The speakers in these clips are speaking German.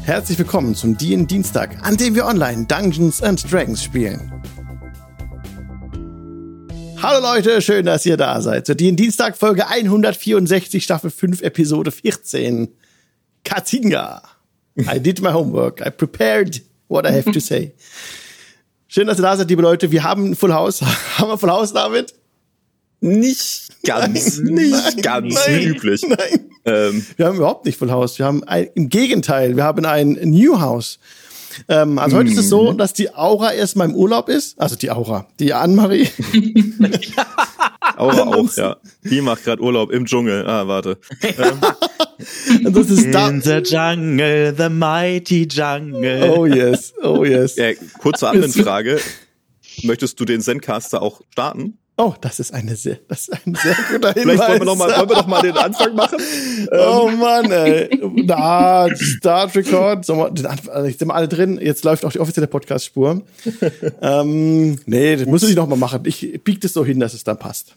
Herzlich willkommen zum D&D-Dienstag, an dem wir online Dungeons & Dragons spielen. Hallo Leute, schön, dass ihr da seid. Zur D&D-Dienstag Folge 164, Staffel 5, Episode 14. Kazinga. I did my homework. I prepared what I have to say. Schön, dass ihr da seid, liebe Leute. Wir haben ein Full House. Haben wir Full House, David? Nicht ganz, wie üblich. Nein. Wir haben überhaupt nicht Full House. Wir haben im Gegenteil, wir haben ein New House. Also heute ist es so, dass die Aura erstmal im Urlaub ist. Also die Aura, die Annemarie. Aura auch, ja. Die macht gerade Urlaub im Dschungel. Warte. Und das ist In the jungle, the mighty jungle. Oh yes, oh yes. Kurze Admin-Frage. Möchtest du den Zencaster auch starten? Oh, das ist ein sehr guter Hinweis. Vielleicht wollen wir noch mal den Anfang machen. Oh Mann, ey. Start Record. Jetzt sind wir alle drin. Jetzt läuft auch die offizielle Podcast-Spur. Nee, das muss ich noch mal machen. Ich biege das so hin, dass es dann passt.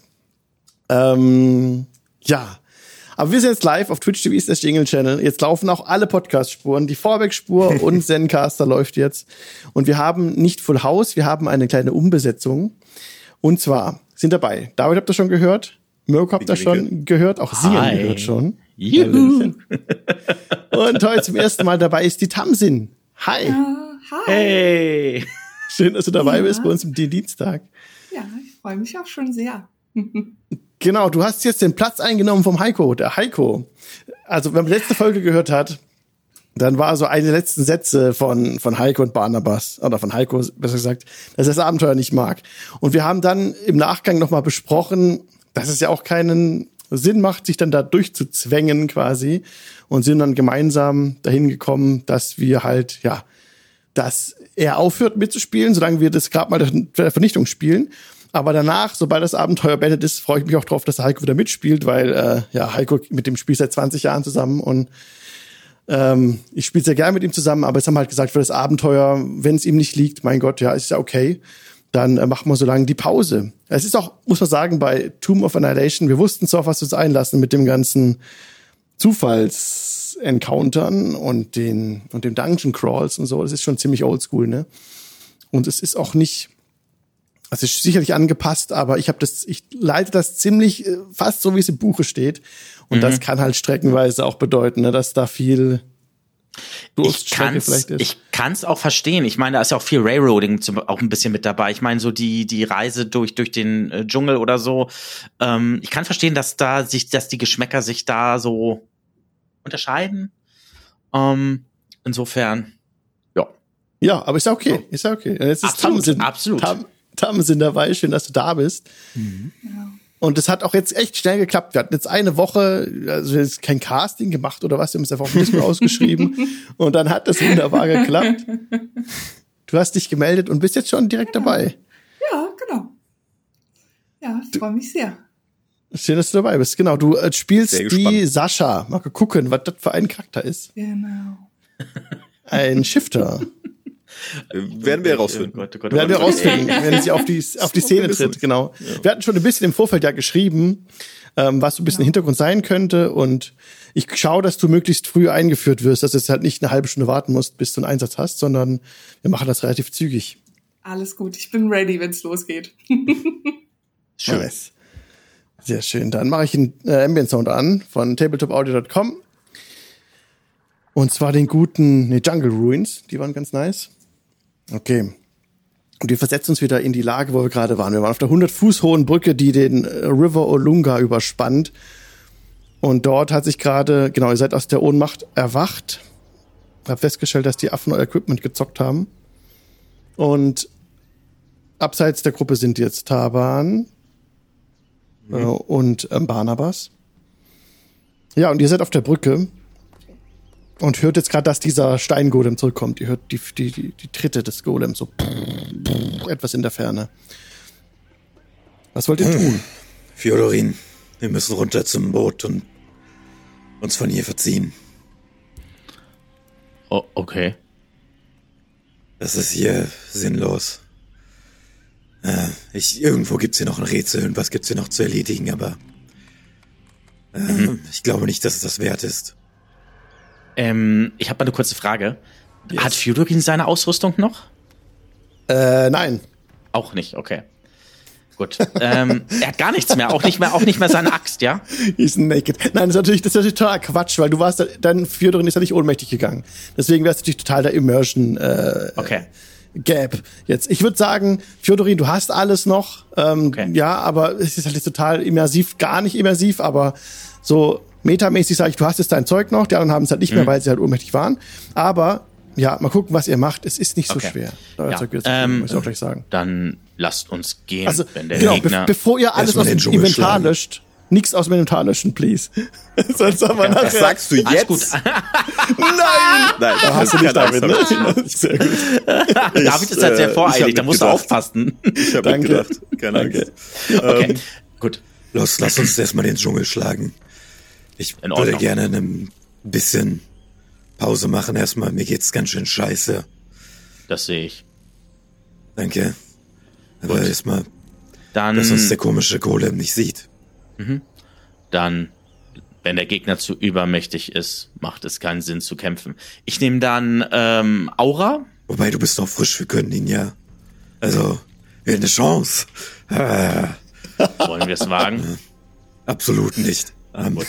Ja. Aber wir sind jetzt live auf Twitch TV ist das Jingle Channel. Jetzt laufen auch alle Podcast-Spuren. Die Vorweg-Spur und Zencaster läuft jetzt. Und wir haben nicht Full House, wir haben eine kleine Umbesetzung. Und zwar sind dabei, David habt ihr schon gehört, Mirko habt ihr schon gehört, auch Sie haben gehört schon. Juhu. Und heute zum ersten Mal dabei ist die Tamsin. Hi. Hi. Hey. Schön, dass du dabei bist bei uns im Dienstag. Ja, ich freue mich auch schon sehr. Genau, du hast jetzt den Platz eingenommen vom Heiko, der Heiko. Also, wenn man die letzte Folge gehört hat, dann war so eine der letzten Sätze von Heiko und Barnabas, oder von Heiko, besser gesagt, dass er das Abenteuer nicht mag. Und wir haben dann im Nachgang nochmal besprochen, dass es ja auch keinen Sinn macht, sich dann da durchzuzwängen quasi, und sind dann gemeinsam dahin gekommen, dass wir halt, ja, dass er aufhört mitzuspielen, solange wir das Grab mal der Vernichtung spielen. Aber danach, sobald das Abenteuer beendet ist, freue ich mich auch drauf, dass der Heiko wieder mitspielt, weil Heiko mit dem spielt seit 20 Jahren zusammen und ich spiele sehr gerne mit ihm zusammen, aber jetzt haben wir halt gesagt, für das Abenteuer, wenn es ihm nicht liegt, mein Gott, ja, ist ja okay, dann machen wir so lange die Pause. Es ist auch, muss man sagen, bei Tomb of Annihilation, wir wussten zwar, auf was wir uns einlassen mit dem ganzen Zufalls-Encountern und dem Dungeon Crawls und so, das ist schon ziemlich oldschool, ne? Und es ist auch nicht, also es ist sicherlich angepasst, aber ich leite das ziemlich fast so, wie es im Buche steht. Und das kann halt streckenweise auch bedeuten, ne, dass da viel Durststrecke vielleicht ist. Ich kann's auch verstehen. Ich meine, da ist ja auch viel Railroading auch ein bisschen mit dabei. Ich meine, so die Reise durch den Dschungel oder so. Ich kann verstehen, dass die Geschmäcker sich da so unterscheiden. Insofern, ja. Ja, aber ist ja okay. Ist ja okay. Jetzt ist absolut. Tamsin dabei. Schön, dass du da bist. Mhm. Ja. Und es hat auch jetzt echt schnell geklappt. Wir hatten jetzt eine Woche, also jetzt kein Casting gemacht oder was, wir haben es einfach auf Facebook ausgeschrieben. Und dann hat das wunderbar geklappt. Du hast dich gemeldet und bist jetzt schon direkt dabei. Ja, genau. Ja, ich freue mich sehr. Schön, dass du dabei bist. Genau, du spielst die Sascha. Mal gucken, was das für ein Charakter ist. Genau. Ein Shifter. Werden wir herausfinden. Werden wir herausfinden, wenn sie auf die Szene tritt, genau. Ja. Wir hatten schon ein bisschen im Vorfeld ja geschrieben, was so ein bisschen Hintergrund sein könnte, und ich schaue, dass du möglichst früh eingeführt wirst, dass du jetzt halt nicht eine halbe Stunde warten musst, bis du einen Einsatz hast, sondern wir machen das relativ zügig. Alles gut, ich bin ready, wenn es losgeht. Schön. Nice. Sehr schön. Dann mache ich einen Ambient Sound an von tabletopaudio.com. Und zwar den guten Jungle Ruins, die waren ganz nice. Okay. Und wir versetzen uns wieder in die Lage, wo wir gerade waren. Wir waren auf der 100 Fuß hohen Brücke, die den River Olunga überspannt. Und dort hat sich gerade, genau, ihr seid aus der Ohnmacht erwacht. Hab festgestellt, dass die Affen euer Equipment gezockt haben. Und abseits der Gruppe sind jetzt Taban und Barnabas. Ja, und ihr seid auf der Brücke. Und hört jetzt gerade, dass dieser Steingolem zurückkommt. Ihr hört die Tritte des Golems so etwas in der Ferne. Was wollt ihr tun? Fjodorin, wir müssen runter zum Boot und uns von hier verziehen. Oh, okay. Das ist hier sinnlos. Irgendwo gibt's hier noch ein Rätsel und was gibt's hier noch zu erledigen, aber ich glaube nicht, dass es das wert ist. Ich habe mal eine kurze Frage. Yes. Hat Fjodorin seine Ausrüstung noch? Nein. Auch nicht, okay. Gut. Er hat gar nichts mehr, auch nicht mehr seine Axt, ja? He's naked. Nein, das ist natürlich totaler Quatsch, weil du warst dann Fjodorin ist ja nicht ohnmächtig gegangen. Deswegen wär's natürlich total der Immersion okay. Gap. Jetzt, ich würde sagen, Fjodorin, du hast alles noch. Okay. Ja, aber es ist halt jetzt total immersiv, gar nicht immersiv, aber so metamäßig sage ich, du hast jetzt dein Zeug noch, die anderen haben es halt nicht mehr, weil sie halt ohnmächtig waren. Aber ja, mal gucken, was ihr macht. Es ist nicht so schwer. Euer Zeug wieder zu kriegen, muss ich auch gleich sagen. Dann lasst uns gehen, also, wenn der genau, Gegner... bevor ihr alles aus dem Inventar löscht, nichts aus dem Inventar löschen, please. Sonst haben wir nachher... Das sagst du jetzt? Gut. Nein, da hast du nicht damit, ne? Sehr gut. David ist halt sehr voreilig, da musst du aufpassen. Ich habe gedacht. Keine Angst. Okay, gut. Lass uns erstmal den Dschungel schlagen. Ich würde gerne ein bisschen Pause machen erstmal. Mir geht's ganz schön scheiße. Das sehe ich. Danke. Aber erstmal, dann, dass uns der komische Golem nicht sieht. Dann, wenn der Gegner zu übermächtig ist, macht es keinen Sinn zu kämpfen. Ich nehme dann Aura. Wobei, du bist noch frisch, wir können ihn ja. Also, wir haben eine Chance. Wollen wir es wagen? Absolut nicht. Gut.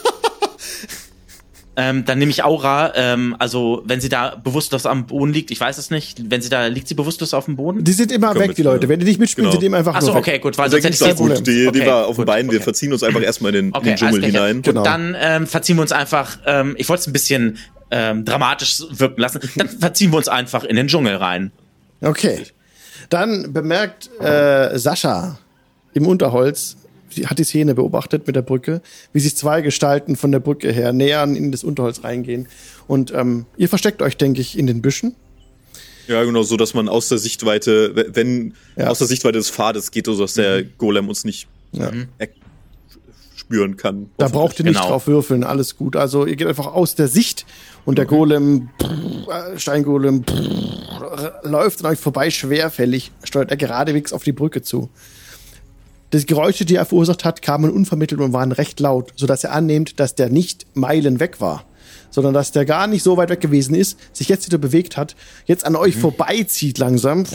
Dann nehme ich Aura, also wenn sie da bewusstlos am Boden liegt, ich weiß es nicht, liegt sie bewusstlos auf dem Boden? Die sind immer weg, die Leute. Wenn die nicht mitspielen, sind die immer einfach nur weg. Okay, gut, weil sonst hätte ich sehr gut. Die war auf dem Bein, wir verziehen uns einfach erstmal in den Dschungel hinein. Gut, dann verziehen wir uns einfach, ich wollte es ein bisschen dramatisch wirken lassen, dann verziehen wir uns einfach in den Dschungel rein. Okay. Dann bemerkt Sascha im Unterholz, sie hat die Szene beobachtet mit der Brücke, wie sich zwei Gestalten von der Brücke her nähern, in das Unterholz reingehen. Und ihr versteckt euch, denke ich, in den Büschen. Ja, genau, so dass man aus der Sichtweite, aus der Sichtweite des Pfades geht, so dass der Golem uns nicht spüren kann. Da braucht ihr nicht drauf würfeln, alles gut. Also ihr geht einfach aus der Sicht und der Golem, Steingolem, läuft an euch vorbei, schwerfällig, steuert er geradewegs auf die Brücke zu. Die Geräusche, die er verursacht hat, kamen unvermittelt und waren recht laut, sodass er annimmt, dass der nicht Meilen weg war, sondern dass der gar nicht so weit weg gewesen ist, sich jetzt wieder bewegt hat, jetzt an euch vorbeizieht langsam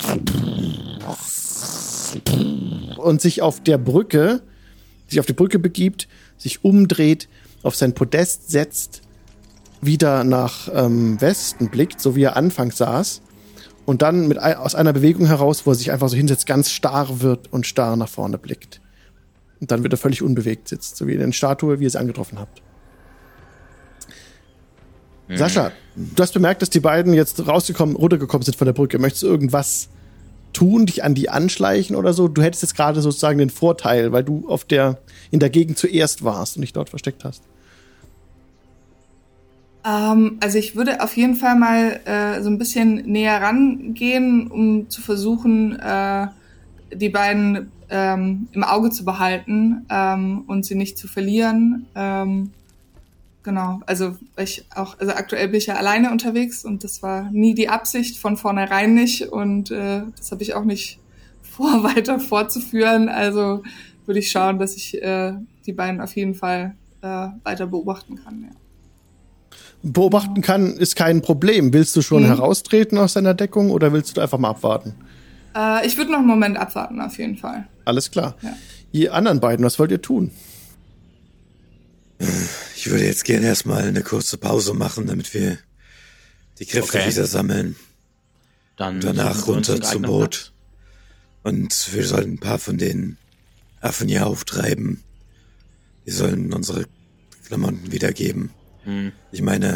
und sich auf die Brücke begibt, sich umdreht, auf sein Podest setzt, wieder nach Westen blickt, so wie er anfangs saß, und dann aus einer Bewegung heraus, wo er sich einfach so hinsetzt, ganz starr wird und starr nach vorne blickt. Und dann wird er völlig unbewegt sitzt, so wie in der Statue, wie ihr sie angetroffen habt. Sascha, du hast bemerkt, dass die beiden jetzt runtergekommen sind von der Brücke. Möchtest du irgendwas tun, dich an die anschleichen oder so? Du hättest jetzt gerade sozusagen den Vorteil, weil du in der Gegend zuerst warst und dich dort versteckt hast. Also ich würde auf jeden Fall mal so ein bisschen näher rangehen, um zu versuchen, die beiden im Auge zu behalten und sie nicht zu verlieren. Genau, also aktuell bin ich ja alleine unterwegs und das war nie die Absicht, von vornherein nicht, und das habe ich auch nicht vor, weiter fortzuführen. Also würde ich schauen, dass ich die beiden auf jeden Fall weiter beobachten kann, ja. Beobachten kann, ist kein Problem. Willst du schon heraustreten aus deiner Deckung oder willst du einfach mal abwarten? Ich würde noch einen Moment abwarten, auf jeden Fall. Alles klar. Ja. Ihr anderen beiden, was wollt ihr tun? Ich würde jetzt gerne erstmal eine kurze Pause machen, damit wir die Kräfte wieder sammeln. Dann und danach runter zum Boot. Und wir sollen ein paar von den Affen hier auftreiben. Die sollen unsere Klamotten wiedergeben. Ich meine,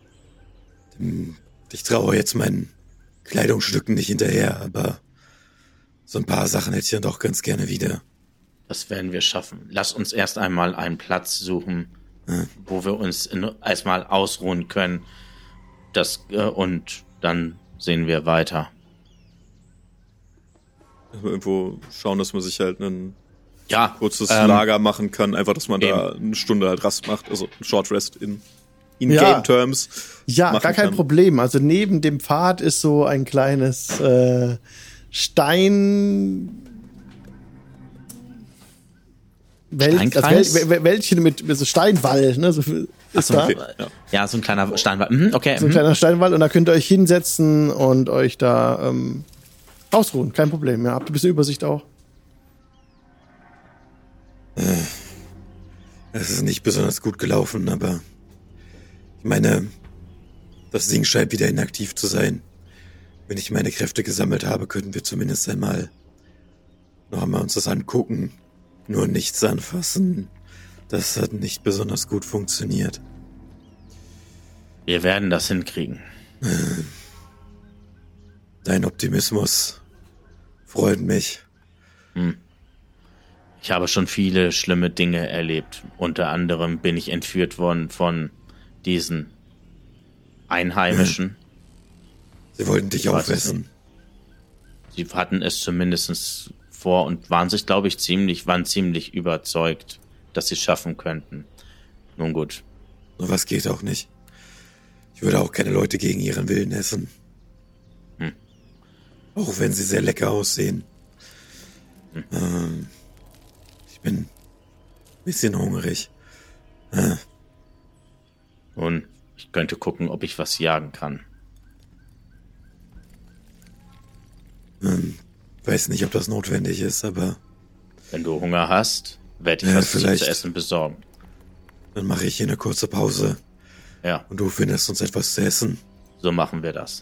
ich traue jetzt meinen Kleidungsstücken nicht hinterher, aber so ein paar Sachen hätte ich dann doch ganz gerne wieder. Das werden wir schaffen. Lass uns erst einmal einen Platz suchen, wo wir uns erstmal ausruhen können. Und dann sehen wir weiter. Irgendwo schauen, dass man sich halt ein kurzes Lager machen kann. Einfach, dass man da eine Stunde halt Rast macht. Also ein Short Rest in Game-Terms. Ja, gar kein Problem. Also neben dem Pfad ist so ein kleines Wäldchen mit so Steinwall, ne? So ist da. Okay, ja, so ein kleiner Steinwall. Okay. So ein kleiner Steinwall und da könnt ihr euch hinsetzen und euch da ausruhen. Kein Problem, ja. Habt ein bisschen Übersicht auch. Es ist nicht besonders gut gelaufen, aber ich meine, das Ding scheint wieder inaktiv zu sein. Wenn ich meine Kräfte gesammelt habe, könnten wir zumindest einmal noch einmal uns das angucken. Nur nichts anfassen. Das hat nicht besonders gut funktioniert. Wir werden das hinkriegen. Dein Optimismus freut mich. Ich habe schon viele schlimme Dinge erlebt. Unter anderem bin ich entführt worden von diesen Einheimischen. Sie wollten dich auffressen. Sie hatten es zumindest vor und waren sich, glaube ich, ziemlich überzeugt, dass sie es schaffen könnten. Nun gut. Nur was geht auch nicht. Ich würde auch keine Leute gegen ihren Willen essen. Auch wenn sie sehr lecker aussehen. Ich bin ein bisschen hungrig. Nun, ich könnte gucken, ob ich was jagen kann. Weiß nicht, ob das notwendig ist, aber... Wenn du Hunger hast, werde ich was zu essen besorgen. Dann mache ich hier eine kurze Pause. Ja. Und du findest uns etwas zu essen. So machen wir das.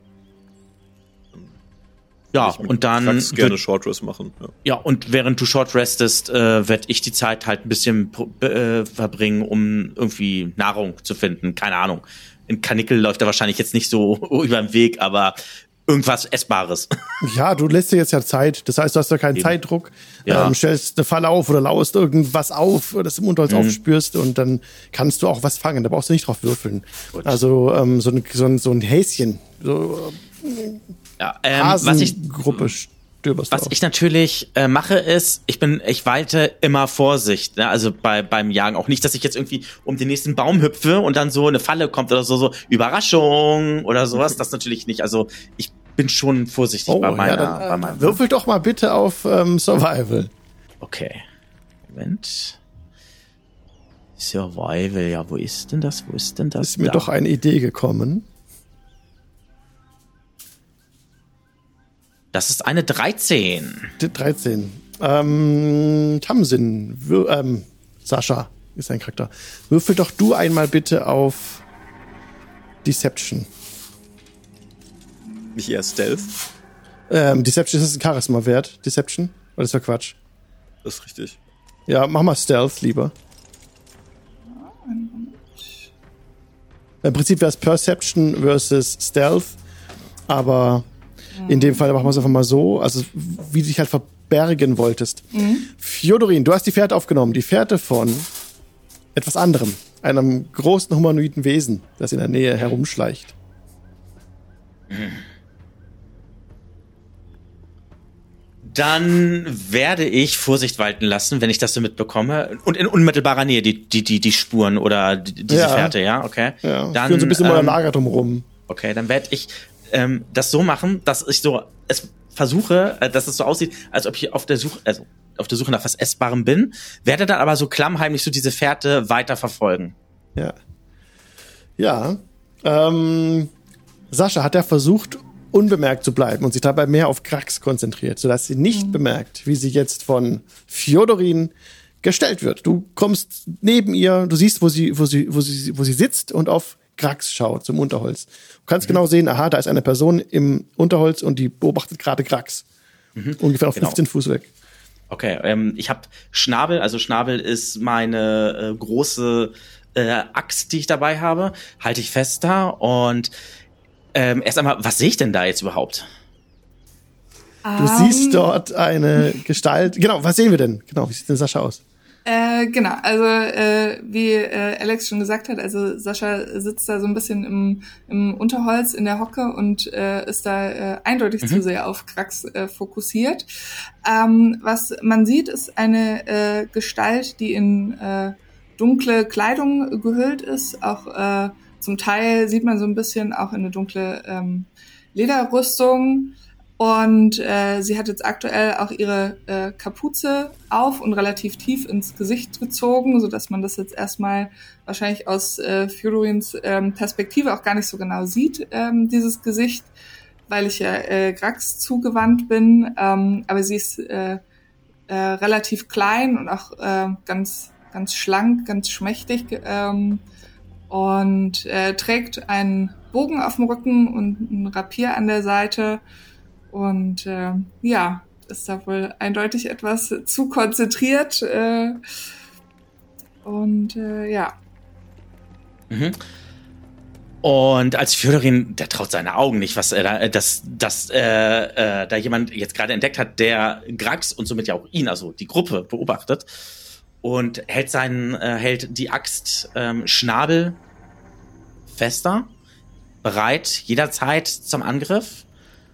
Ja, und dann... Kannst gerne Short Rest machen. Ja, und während du Short Restest, werde ich die Zeit halt ein bisschen verbringen, um irgendwie Nahrung zu finden. Keine Ahnung. In Karnickel läuft er wahrscheinlich jetzt nicht so über den Weg, aber irgendwas Essbares. Ja, du lässt dir jetzt ja Zeit. Das heißt, du hast ja keinen Zeitdruck. Ja. Stellst eine Falle auf oder laust irgendwas auf, das im Unterholz aufspürst und dann kannst du auch was fangen. Da brauchst du nicht drauf würfeln. Gut. Also so ein Häschen. So Hasengruppe stöberst du auf. Was ich natürlich mache ist, ich walte immer Vorsicht. Ne? Also beim Jagen auch nicht, dass ich jetzt irgendwie um den nächsten Baum hüpfe und dann so eine Falle kommt oder so Überraschung oder sowas. Das natürlich nicht. Also ich bin schon vorsichtig bei meinem. Würfel doch mal bitte auf Survival. Okay. Moment. Survival, ja, wo ist denn das? Ist mir doch eine Idee gekommen. Das ist eine 13. 13. Tamsin, Sascha ist ein Charakter. Würfel doch du einmal bitte auf Deception. Nicht eher Stealth? Deception ist ein Charisma-Wert. Deception? Oder ist ja Quatsch? Das ist richtig. Ja, mach mal Stealth lieber. Im Prinzip wäre es Perception versus Stealth, aber in dem Fall machen wir es einfach mal so, also wie du dich halt verbergen wolltest. Fjodorin, du hast die Fährte aufgenommen. Die Fährte von etwas anderem. Einem großen humanoiden Wesen, das in der Nähe herumschleicht. Dann werde ich Vorsicht walten lassen, wenn ich das so mitbekomme. Und in unmittelbarer Nähe die Spuren oder diese Fährte, ja? Okay. Ja, dann führen so ein bisschen mal Lager drumherum. Okay, dann werde ich das so machen, dass ich so es versuche, dass es so aussieht, als ob ich auf der Suche nach was Essbarem bin, werde dann aber so klammheimlich so diese Fährte weiter verfolgen. Ja. Ja. Sascha hat ja versucht, unbemerkt zu bleiben und sich dabei mehr auf Krax konzentriert, sodass sie nicht bemerkt, wie sie jetzt von Fjodorin gestellt wird. Du kommst neben ihr, du siehst, wo sie sitzt und auf Krax schaut zum Unterholz. Du kannst genau sehen, aha, da ist eine Person im Unterholz und die beobachtet gerade Krax. Ungefähr auf 15 Fuß weg. Okay, ich habe Schnabel, also Schnabel ist meine große Axt, die ich dabei habe, halte ich fest da und erst einmal, was sehe ich denn da jetzt überhaupt? Du siehst dort eine Gestalt. Genau, was sehen wir denn? Genau, wie sieht denn Sascha aus? Genau, also wie Alex schon gesagt hat, also Sascha sitzt da so ein bisschen im Unterholz in der Hocke und ist da eindeutig zu sehr auf Krax fokussiert. Was man sieht, ist eine Gestalt, die in dunkle Kleidung gehüllt ist. Auch zum Teil sieht man so ein bisschen auch in eine dunkle Lederrüstung. Und sie hat jetzt aktuell auch ihre Kapuze auf und relativ tief ins Gesicht gezogen, sodass man das jetzt erstmal wahrscheinlich aus Fjodorins Perspektive auch gar nicht so genau sieht, dieses Gesicht, weil ich ja Grax zugewandt bin. Aber sie ist relativ klein und auch ganz schlank, ganz schmächtig und trägt einen Bogen auf dem Rücken und ein Rapier an der Seite. Und ist da wohl eindeutig etwas zu konzentriert. Mhm. Und als Fjodorin, der traut seine Augen nicht, dass da jemand jetzt gerade entdeckt hat, der Grax und somit ja auch ihn, also die Gruppe, beobachtet und hält die Axt Schnabel fester, bereit jederzeit zum Angriff.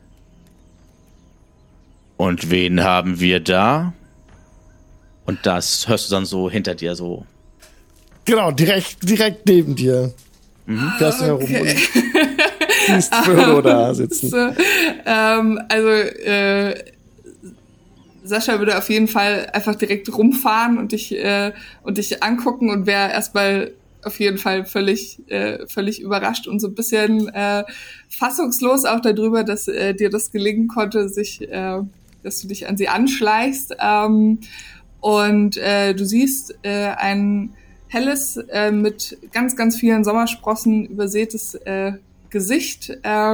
Und wen haben wir da? Und das hörst du dann so hinter dir so. Genau, direkt neben dir. Mhm. Fährst du herum und siehst Frodo da sitzen. So, Sascha würde auf jeden Fall einfach direkt rumfahren und dich angucken und wäre erstmal auf jeden Fall völlig überrascht und so ein bisschen fassungslos auch darüber, dass dir das gelingen konnte, dass du dich an sie anschleichst. Und du siehst ein helles, mit ganz, ganz vielen Sommersprossen übersätes Gesicht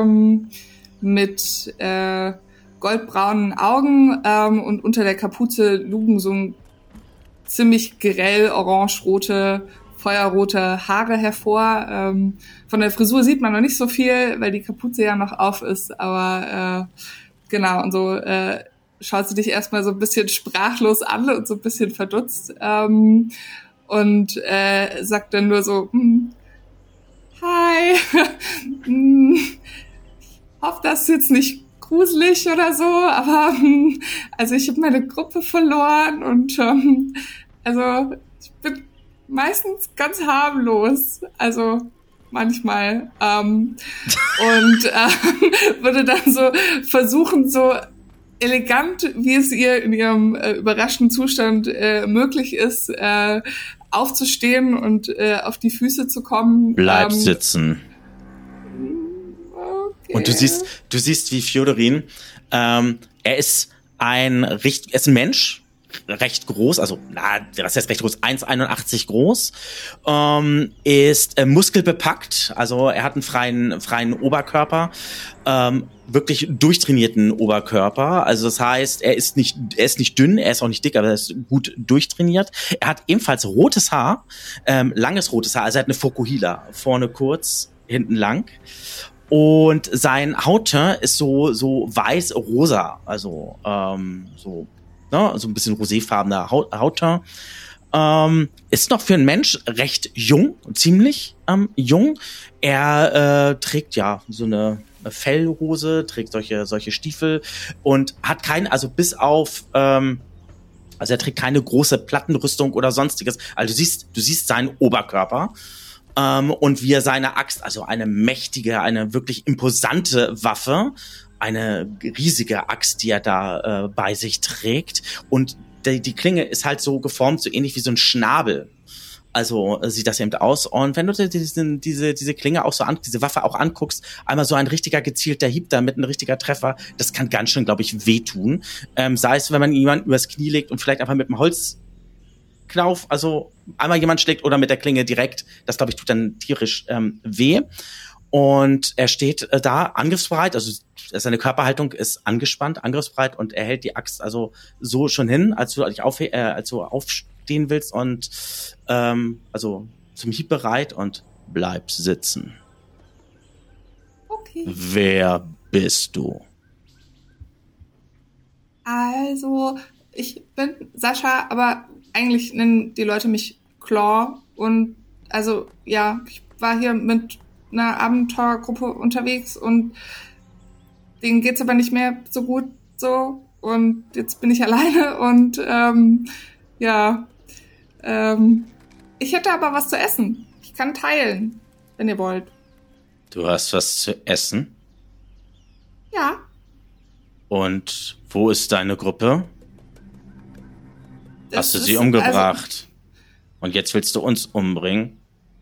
mit goldbraunen Augen und unter der Kapuze lugen so ein ziemlich grell orange-rote, feuerrote Haare hervor. Von der Frisur sieht man noch nicht so viel, weil die Kapuze ja noch auf ist, aber genau, und so schaut sie dich erstmal so ein bisschen sprachlos an und so ein bisschen verdutzt und sagt dann nur so, hi, hoffe, das ist jetzt nicht gruselig oder so, aber also ich habe meine Gruppe verloren und also ich bin meistens ganz harmlos, also manchmal und würde dann so versuchen, so elegant, wie es ihr in ihrem überraschten Zustand möglich ist, aufzustehen und auf die Füße zu kommen. Bleib sitzen. Okay. Und du siehst, wie Fjodorin, er ist ein Mensch, recht groß, also, das heißt recht groß, 1,81 groß, ist muskelbepackt, also er hat einen freien Oberkörper, wirklich durchtrainierten Oberkörper, also das heißt, er ist nicht dünn, er ist auch nicht dick, aber er ist gut durchtrainiert. Er hat ebenfalls rotes Haar, langes rotes Haar, also er hat eine Fokuhila, vorne kurz, hinten lang. Und sein Hautteint ist so weiß-rosa, also so ein bisschen roséfarbener Hautteint. Ist noch für einen Mensch recht jung, ziemlich jung. Er trägt ja so eine Fellhose, trägt solche Stiefel und hat also er trägt keine große Plattenrüstung oder sonstiges. Also du siehst seinen Oberkörper. Und wie er seine Axt, also eine wirklich imposante Waffe, eine riesige Axt, die er da bei sich trägt. Und die Klinge ist halt so geformt, so ähnlich wie so ein Schnabel. Also sieht das eben aus. Und wenn du diese Klinge auch diese Waffe auch anguckst, einmal so ein richtiger gezielter Hieb damit, ein richtiger Treffer, das kann ganz schön, glaube ich, wehtun. Sei es, wenn man jemanden übers Knie legt und vielleicht einfach mit dem Holzknauf, also einmal jemand schlägt oder mit der Klinge direkt, das, glaube ich, tut dann tierisch weh. Und er steht da angriffsbereit, also seine Körperhaltung ist angespannt, angriffsbereit und er hält die Axt also so schon hin, als du aufstehen willst und also zum Hieb bereit und bleib sitzen. Okay. Wer bist du? Also, ich bin Sascha, aber eigentlich nennen die Leute mich Claw und also ja, ich war hier mit einer Abenteuergruppe unterwegs und denen geht's aber nicht mehr so gut so und jetzt bin ich alleine und ich hätte aber was zu essen. Ich kann teilen, wenn ihr wollt. Du hast was zu essen? Ja. Und wo ist deine Gruppe? Hast du sie umgebracht? Und jetzt willst du uns umbringen?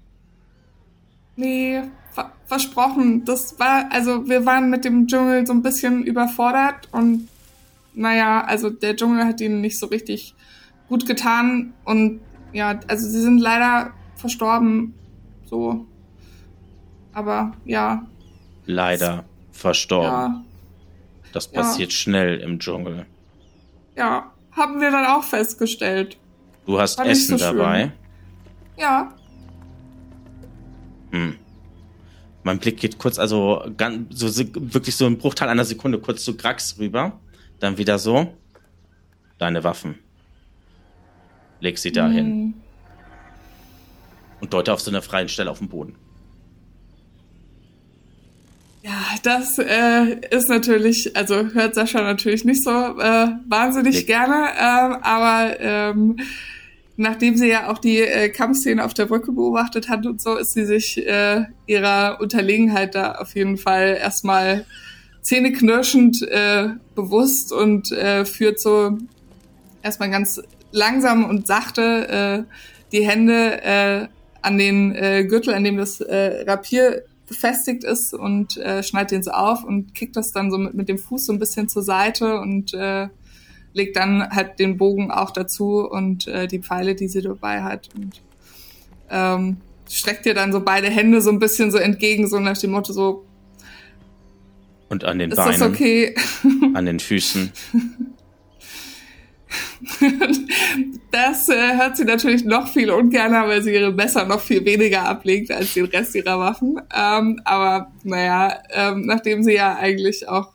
Nee, versprochen. Wir waren mit dem Dschungel so ein bisschen überfordert und der Dschungel hat ihnen nicht so richtig gut getan und ja, also sie sind leider verstorben, so. Aber ja. Leider verstorben. Ja. Das passiert schnell im Dschungel. Ja, haben wir dann auch festgestellt. Du hast Essen so dabei? Schön. Ja. Mein Blick geht kurz, also wirklich so ein Bruchteil einer Sekunde kurz zu Grax rüber. Dann wieder so. Deine Waffen. Leg sie dahin. Und deute auf so einer freien Stelle auf dem Boden. Ja, das ist natürlich, also hört Sascha natürlich nicht so wahnsinnig gerne, aber nachdem sie ja auch die Kampfszene auf der Brücke beobachtet hat und so, ist sie sich ihrer Unterlegenheit da auf jeden Fall erstmal zähneknirschend bewusst und führt so erstmal ganz langsam und sachte die Hände an den Gürtel, an dem das Rapier befestigt ist und schneidet den so auf und kickt das dann so mit dem Fuß so ein bisschen zur Seite und legt dann halt den Bogen auch dazu und die Pfeile, die sie dabei hat und streckt ihr dann so beide Hände so ein bisschen so entgegen, so nach dem Motto so. Und an den ist Beinen. Ist das okay? An den Füßen. Das hört sie natürlich noch viel ungerner, weil sie ihre Messer noch viel weniger ablegt als den Rest ihrer Waffen. Aber nachdem sie ja eigentlich auch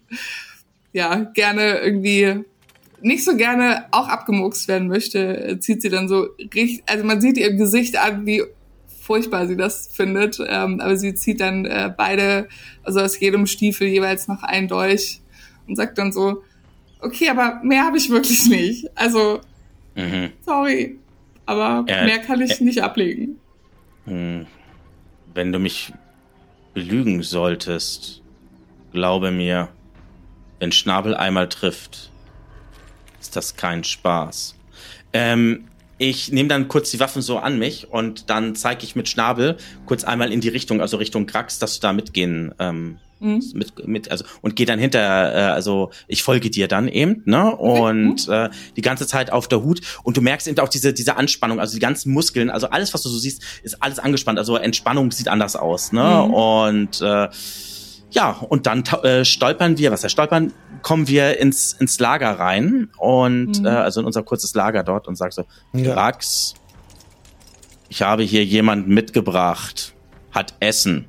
gerne irgendwie nicht so gerne auch abgemurkst werden möchte, zieht sie dann so richtig, also man sieht ihr Gesicht an, wie furchtbar sie das findet, aber sie zieht dann beide, also aus jedem Stiefel jeweils noch ein Dolch und sagt dann so, okay, aber mehr habe ich wirklich nicht. Also, sorry, aber mehr kann ich nicht ablegen. Wenn du mich belügen solltest, glaube mir, wenn Schnabel einmal trifft, ist das kein Spaß. Ich nehme dann kurz die Waffen so an mich und dann zeige ich mit Schnabel kurz einmal in die Richtung, also Richtung Grax, dass du da mitgehen und gehe dann hinter, also ich folge dir dann eben, ne? Und die ganze Zeit auf der Hut und du merkst eben auch diese Anspannung, also die ganzen Muskeln, also alles, was du so siehst, ist alles angespannt, also Entspannung sieht anders aus, ne? Und und dann kommen wir ins Lager rein und also in unser kurzes Lager dort und sag so, Grax, ich habe hier jemanden mitgebracht, hat Essen.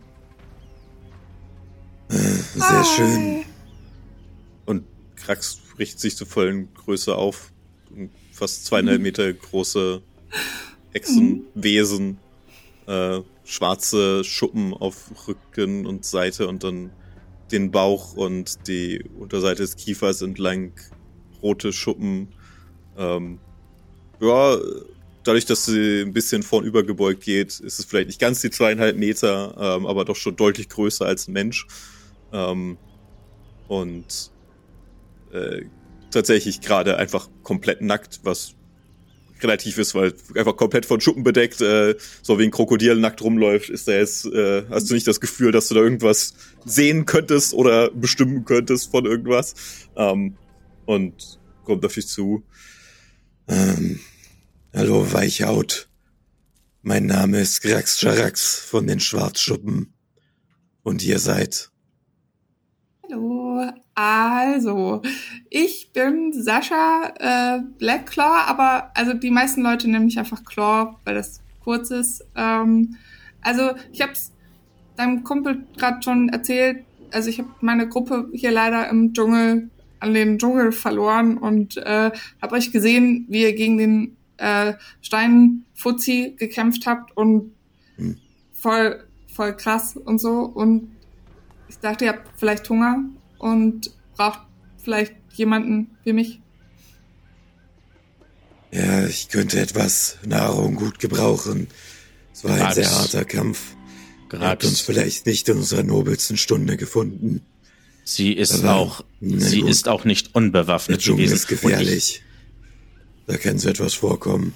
Sehr schön. Und Grax richtet sich zur vollen Größe auf. Fast 2,5 Meter große Echsenwesen, schwarze Schuppen auf Rücken und Seite und dann den Bauch und die Unterseite des Kiefers entlang rote Schuppen. Dadurch, dass sie ein bisschen vornüber gebeugt geht, ist es vielleicht nicht ganz die 2,5 Meter, aber doch schon deutlich größer als ein Mensch. Tatsächlich gerade einfach komplett nackt, was relativ ist, weil einfach komplett von Schuppen bedeckt, so wie ein Krokodil nackt rumläuft, ist da jetzt, hast du nicht das Gefühl, dass du da irgendwas sehen könntest oder bestimmen könntest von irgendwas. Und kommt auf dich zu. Hallo Weichhaut. Mein Name ist Grax Jarax von den Schwarzschuppen. Und ihr seid? Hallo, also, ich bin Sascha Blackclaw, aber also die meisten Leute nennen mich einfach Claw, weil das kurz ist. Also ich hab's deinem Kumpel gerade schon erzählt, also ich habe meine Gruppe hier leider im Dschungel, an den Dschungel verloren und habe euch gesehen, wie ihr gegen den Steinfuzzi gekämpft habt und voll krass und so und ich dachte, ihr habt vielleicht Hunger und braucht vielleicht jemanden wie mich. Ja, ich könnte etwas Nahrung gut gebrauchen. Es war ein sehr harter Kampf. Ihr habt uns vielleicht nicht in unserer nobelsten Stunde gefunden. Sie ist auch nicht unbewaffnet Der Dschungel gewesen. ist gefährlich. Da kann so etwas vorkommen.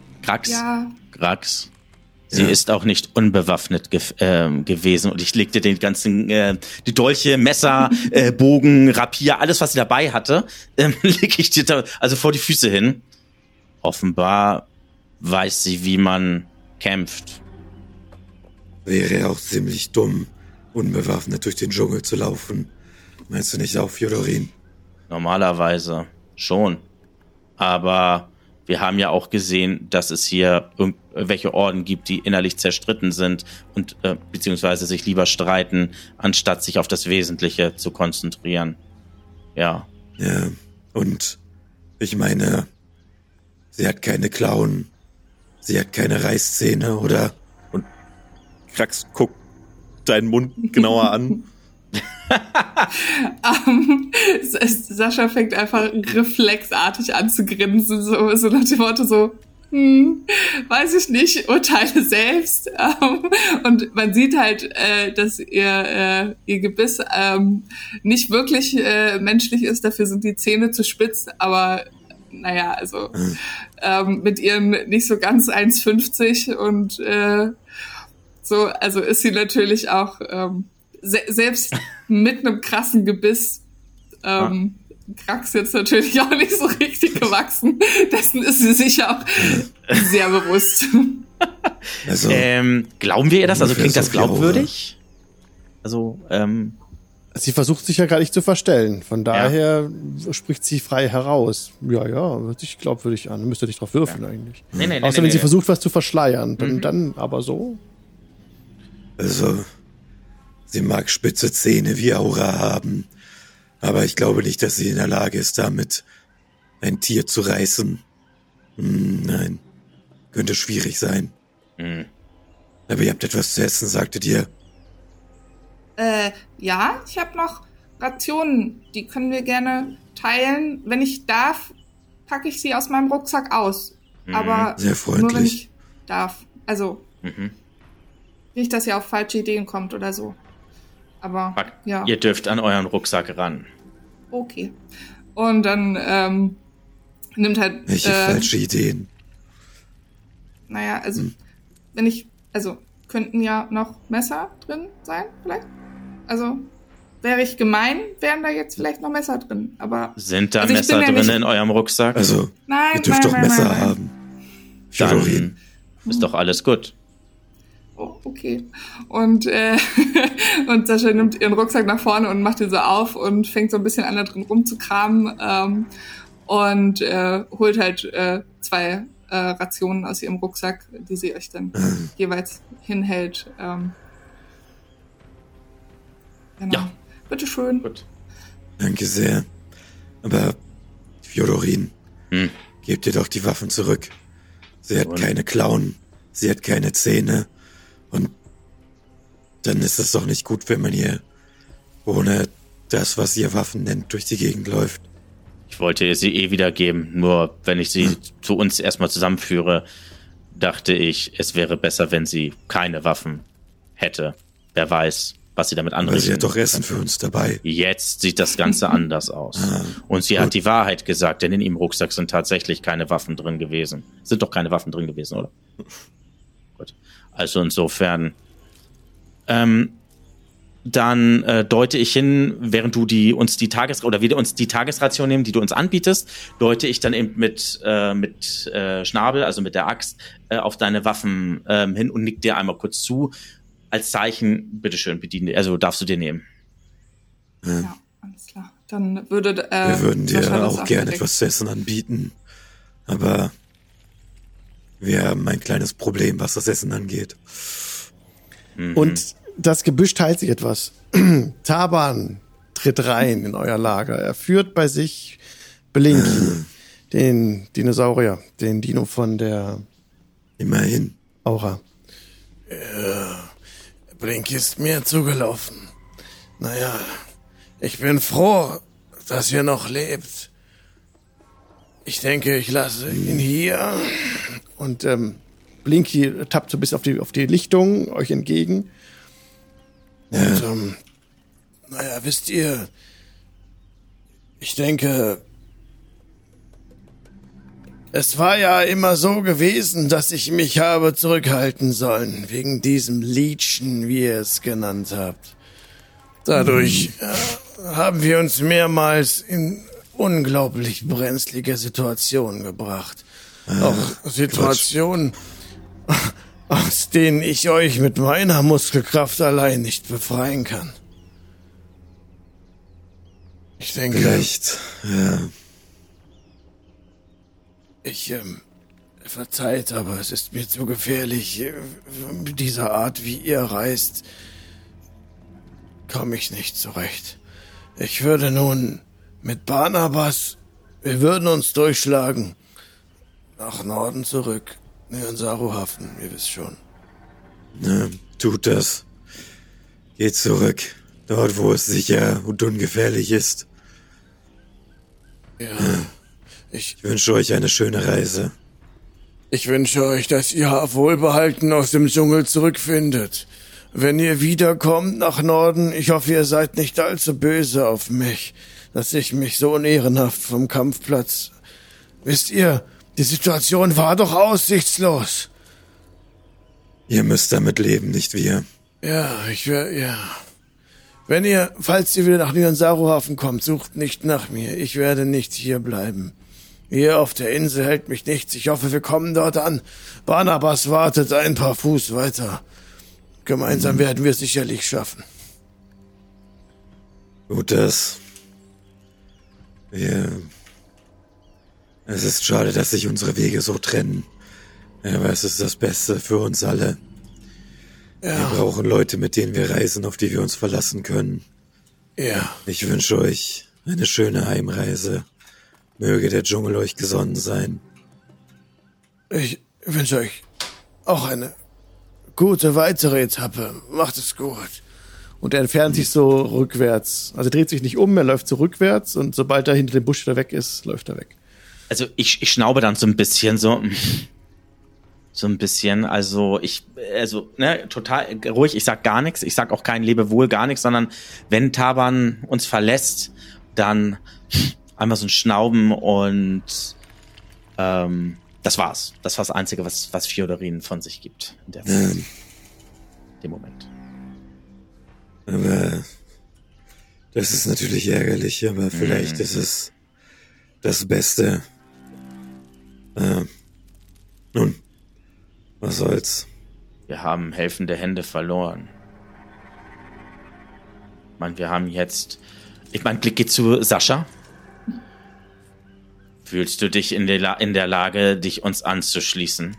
Grax. Sie ist auch nicht unbewaffnet gewesen. Und ich legte den ganzen, die Dolche, Messer, Bogen, Rapier, alles, was sie dabei hatte, lege ich dir da, also vor die Füße hin. Offenbar weiß sie, wie man kämpft. Wäre auch ziemlich dumm, unbewaffnet durch den Dschungel zu laufen. Meinst du nicht auch, Fjodorin? Normalerweise schon. Aber wir haben ja auch gesehen, dass es hier irgendwelche Orden gibt, die innerlich zerstritten sind und beziehungsweise sich lieber streiten, anstatt sich auf das Wesentliche zu konzentrieren. Ja. Ja, und ich meine, sie hat keine Klauen, sie hat keine Reißzähne, oder? Und Krax guckt deinen Mund genauer an. Sascha fängt einfach reflexartig an zu grinsen, so nach dem Motto so, weiß ich nicht, urteile selbst. Und man sieht halt, dass ihr Gebiss nicht wirklich menschlich ist, dafür sind die Zähne zu spitz, aber naja, also mit ihren nicht so ganz 1,50 und so, also ist sie natürlich auch selbst mit einem krassen Gebiss Krax jetzt natürlich auch nicht so richtig gewachsen. Dessen ist sie sich auch sehr bewusst. Also, glauben wir ihr das? Also klingt das glaubwürdig? Also, Sie versucht sich ja gar nicht zu verstellen. Von daher spricht sie frei heraus. Ja, hört sich glaubwürdig an. Müsst ihr nicht drauf würfeln eigentlich. Nee, Außer wenn sie versucht, was zu verschleiern. Dann aber so. Also, sie mag spitze Zähne wie Aura haben, aber ich glaube nicht, dass sie in der Lage ist, damit ein Tier zu reißen. Nein, könnte schwierig sein. Aber ihr habt etwas zu essen, sagtet ihr? Ja, ich habe noch Rationen, die können wir gerne teilen. Wenn ich darf, packe ich sie aus meinem Rucksack aus. Aber sehr freundlich. Nur wenn ich darf. Also, nicht, dass ihr auf falsche Ideen kommt oder so. Aber, ja. Ihr dürft an euren Rucksack ran. Okay. Und dann nimmt halt... Welche falsche Ideen? Naja, also, könnten ja noch Messer drin sein, vielleicht? Also, wäre ich gemein, wären da jetzt vielleicht noch Messer drin, aber... Sind da Messer drin in eurem Rucksack? Also, nein, ihr dürft doch Messer haben. Dann ist doch alles gut. Oh, okay. Und Sascha nimmt ihren Rucksack nach vorne und macht ihn so auf und fängt so ein bisschen an, da drin rumzukramen und holt halt 2 Rationen aus ihrem Rucksack, die sie euch dann jeweils hinhält. Genau. Ja. Bitteschön. Gut. Danke sehr. Aber, Fjodorin, gebt ihr doch die Waffen zurück. Sie hat keine Klauen, sie hat keine Zähne. Und dann ist es doch nicht gut, wenn man hier ohne das, was ihr Waffen nennt, durch die Gegend läuft. Ich wollte ihr sie wiedergeben, nur wenn ich sie zu uns erstmal zusammenführe, dachte ich, es wäre besser, wenn sie keine Waffen hätte. Wer weiß, was sie damit anrichten. Aber sie hat doch Essen für uns dabei. Jetzt sieht das Ganze anders aus. Und sie hat die Wahrheit gesagt, denn in ihrem Rucksack sind tatsächlich keine Waffen drin gewesen. Sind doch keine Waffen drin gewesen, oder? Gut. Also insofern, dann deute ich hin, während du wir uns die Tagesration nehmen, die du uns anbietest, deute ich dann eben mit Schnabel, also mit der Axt, auf deine Waffen hin und nick dir einmal kurz zu, als Zeichen, bitteschön, bediene, also darfst du dir nehmen. Ja, alles klar. Dann würde wir würden dir auch gerne etwas zu essen anbieten, aber wir haben ein kleines Problem, was das Essen angeht. Und das Gebüsch teilt sich etwas. Taban tritt rein in euer Lager. Er führt bei sich Blinky, den Dinosaurier, den Dino von der Immerhin. Aura. Blinky ist mir zugelaufen. Naja, ich bin froh, dass ihr noch lebt. Ich denke, ich lasse ihn hier. Und Blinky tappt so ein bisschen auf die Lichtung euch entgegen. Und Naja, wisst ihr, ich denke, es war ja immer so gewesen, dass ich mich habe zurückhalten sollen, wegen diesem Leechen, wie ihr es genannt habt. Dadurch haben wir uns mehrmals in unglaublich brenzlige Situationen gebracht. Auch Situationen, aus denen ich euch mit meiner Muskelkraft allein nicht befreien kann. Ich denke... Vielleicht, ja. Verzeiht, aber es ist mir zu gefährlich. Mit dieser Art, wie ihr reist, komme ich nicht zurecht. Ich würde nun mit Barnabas, wir würden uns durchschlagen, nach Norden zurück, Nyansaru-Hafen, ihr wisst schon. Na, tut das. Geht zurück, dort wo es sicher und ungefährlich ist. Ja. Ich wünsche euch eine schöne Reise. Ich wünsche euch, dass ihr wohlbehalten aus dem Dschungel zurückfindet. Wenn ihr wiederkommt nach Norden, ich hoffe, ihr seid nicht allzu böse auf mich, dass ich mich so ehrenhaft vom Kampfplatz... Wisst ihr, die Situation war doch aussichtslos. Ihr müsst damit leben, nicht wir. Ja. Falls ihr wieder nach Nyansaru-Hafen kommt, sucht nicht nach mir. Ich werde nicht hier bleiben. Hier auf der Insel hält mich nichts. Ich hoffe, wir kommen dort an. Barnabas wartet ein paar Fuß weiter. Gemeinsam werden wir es sicherlich schaffen. Gut, es ist schade, dass sich unsere Wege so trennen. Aber es ist das Beste für uns alle. Ja. Wir brauchen Leute, mit denen wir reisen, auf die wir uns verlassen können. Ja. Ich wünsche euch eine schöne Heimreise. Möge der Dschungel euch gesonnen sein. Ich wünsche euch auch eine gute weitere Etappe. Macht es gut. Und er entfernt sich so rückwärts. Also er dreht sich nicht um, er läuft so rückwärts und sobald er hinter dem Busch wieder weg ist, läuft er weg. Also ich schnaube dann so ein bisschen total ruhig, ich sag gar nichts, ich sag auch kein Lebewohl, gar nichts, sondern wenn Taban uns verlässt, dann einmal so ein Schnauben und das war's. Das war das Einzige, was Fjodorin von sich gibt in dem Moment. Aber das ist natürlich ärgerlich, aber vielleicht ist es das Beste. Nun, was soll's? Wir haben helfende Hände verloren. Ich meine, wir haben jetzt... Mein Blick geht zu Sascha. Fühlst du dich in der Lage, dich uns anzuschließen?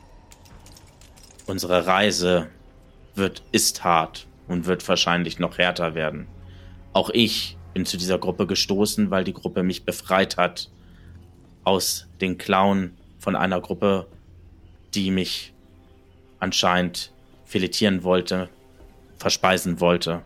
Unsere Reise ist hart und wird wahrscheinlich noch härter werden. Auch ich bin zu dieser Gruppe gestoßen, weil die Gruppe mich befreit hat aus den Klauen von einer Gruppe, die mich anscheinend filetieren wollte, verspeisen wollte.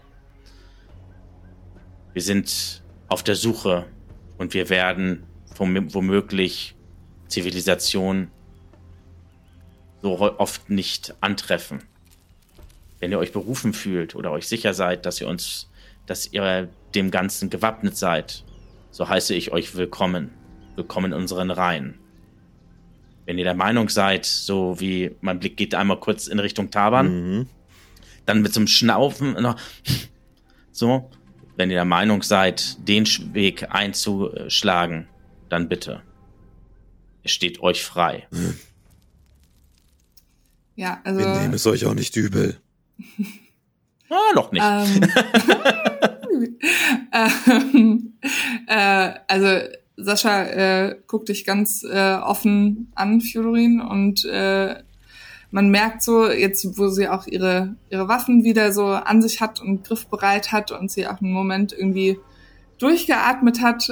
Wir sind auf der Suche und wir werden womöglich Zivilisation so oft nicht antreffen. Wenn ihr euch berufen fühlt oder euch sicher seid, dass ihr dem Ganzen gewappnet seid, so heiße ich euch willkommen. Willkommen in unseren Reihen. Wenn ihr der Meinung seid, so wie mein Blick geht einmal kurz in Richtung Taban, dann mit so einem Schnaufen, so, wenn ihr der Meinung seid, den Weg einzuschlagen, dann bitte. Es steht euch frei. Ja, also... Wir nehmen es euch auch nicht übel. Noch nicht. Also Sascha guckt dich ganz offen an, Fjodorin, und man merkt so, jetzt wo sie auch ihre Waffen wieder so an sich hat und griffbereit hat und sie auch einen Moment irgendwie durchgeatmet hat,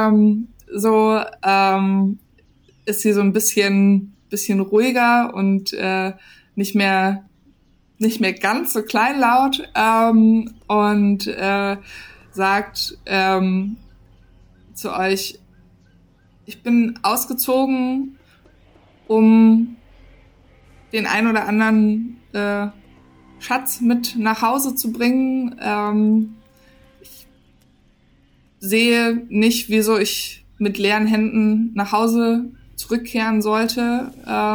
ist sie so ein bisschen ruhiger und nicht mehr ganz so kleinlaut und sagt zu euch: Ich bin ausgezogen, um den ein oder anderen Schatz mit nach Hause zu bringen. sehe nicht, wieso ich mit leeren Händen nach Hause zurückkehren sollte.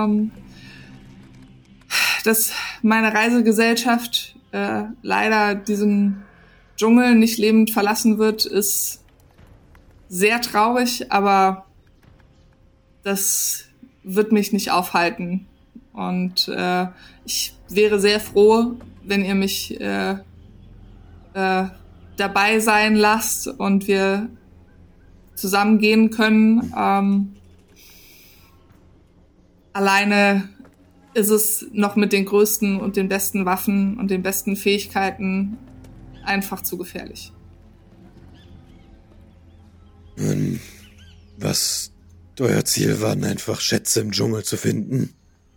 Dass meine Reisegesellschaft leider diesen Dschungel nicht lebend verlassen wird, ist sehr traurig, aber das wird mich nicht aufhalten. Und ich wäre sehr froh, wenn ihr mich dabei sein lasst und wir zusammen gehen können. Alleine ist es noch mit den größten und den besten Waffen und den besten Fähigkeiten einfach zu gefährlich. Was euer Ziel war, einfach Schätze im Dschungel zu finden?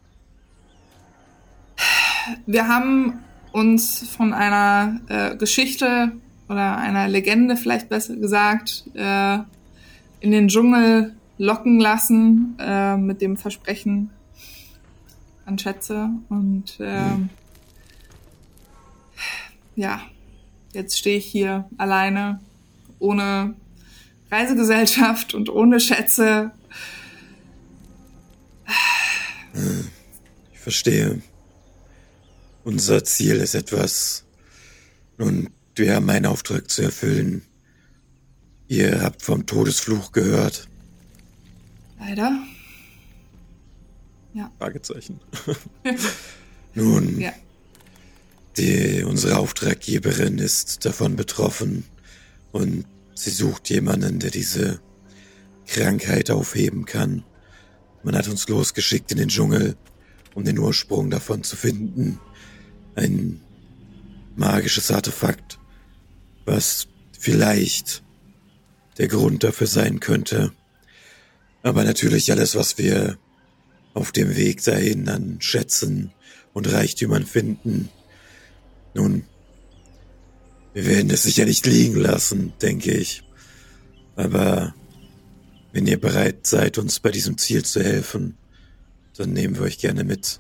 Wir haben uns von einer Geschichte oder einer Legende, vielleicht besser gesagt, in den Dschungel locken lassen mit dem Versprechen an Schätze. Und ja, jetzt stehe ich hier alleine, ohne Reisegesellschaft und ohne Schätze. Ich verstehe. Unser Ziel ist etwas, nun, wir haben einen Auftrag zu erfüllen. Ihr habt vom Todesfluch gehört. Leider. Ja. Fragezeichen. Nun, Ja. unsere Auftraggeberin ist davon betroffen und sie sucht jemanden, der diese Krankheit aufheben kann. Man hat uns losgeschickt in den Dschungel, um den Ursprung davon zu finden. Ein magisches Artefakt, was vielleicht der Grund dafür sein könnte. Aber natürlich alles, was wir auf dem Weg dahin an Schätzen und Reichtümern finden. Nun, wir werden es sicher nicht liegen lassen, denke ich. Aber wenn ihr bereit seid, uns bei diesem Ziel zu helfen, dann nehmen wir euch gerne mit.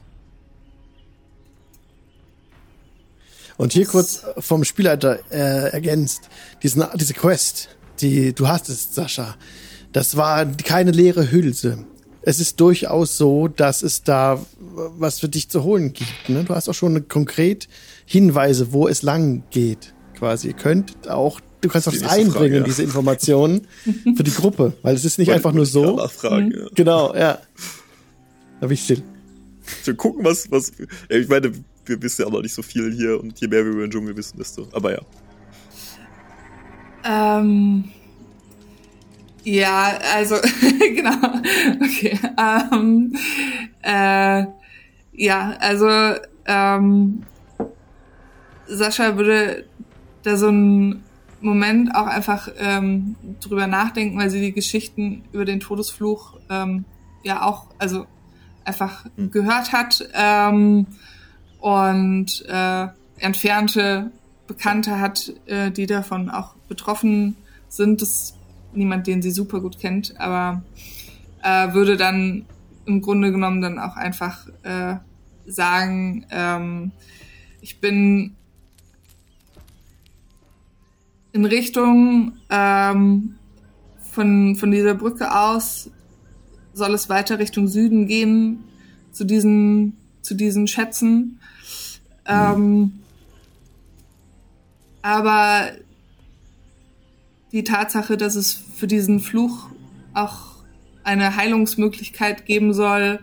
Und hier kurz vom Spielleiter ergänzt, diese Quest, die du hattest, Sascha, das war keine leere Hülse. Es ist durchaus so, dass es da was für dich zu holen gibt. Ne? Du hast auch schon konkret Hinweise, wo es lang geht. Quasi. Du kannst auch das einbringen, Frage, ja. diese Informationen für die Gruppe, weil es ist nicht einfach nur so. Nachfragen, ja. Genau, ja. Da bin ich still. Wir gucken, was. Ja, ich meine, wir wissen ja auch noch nicht so viel hier und je mehr wir über den Dschungel wissen, desto. Aber ja. Ja, also genau. Okay. Ja, also Sascha würde da so einen Moment auch einfach drüber nachdenken, weil sie die Geschichten über den Todesfluch ja auch also einfach gehört hat und entfernte Bekannte hat, die davon auch betroffen sind. Das ist niemand, den sie super gut kennt, aber würde dann im Grunde genommen dann auch einfach sagen, ich bin in Richtung von dieser Brücke aus soll es weiter Richtung Süden gehen zu diesen Schätzen. Aber die Tatsache, dass es für diesen Fluch auch eine Heilungsmöglichkeit geben soll,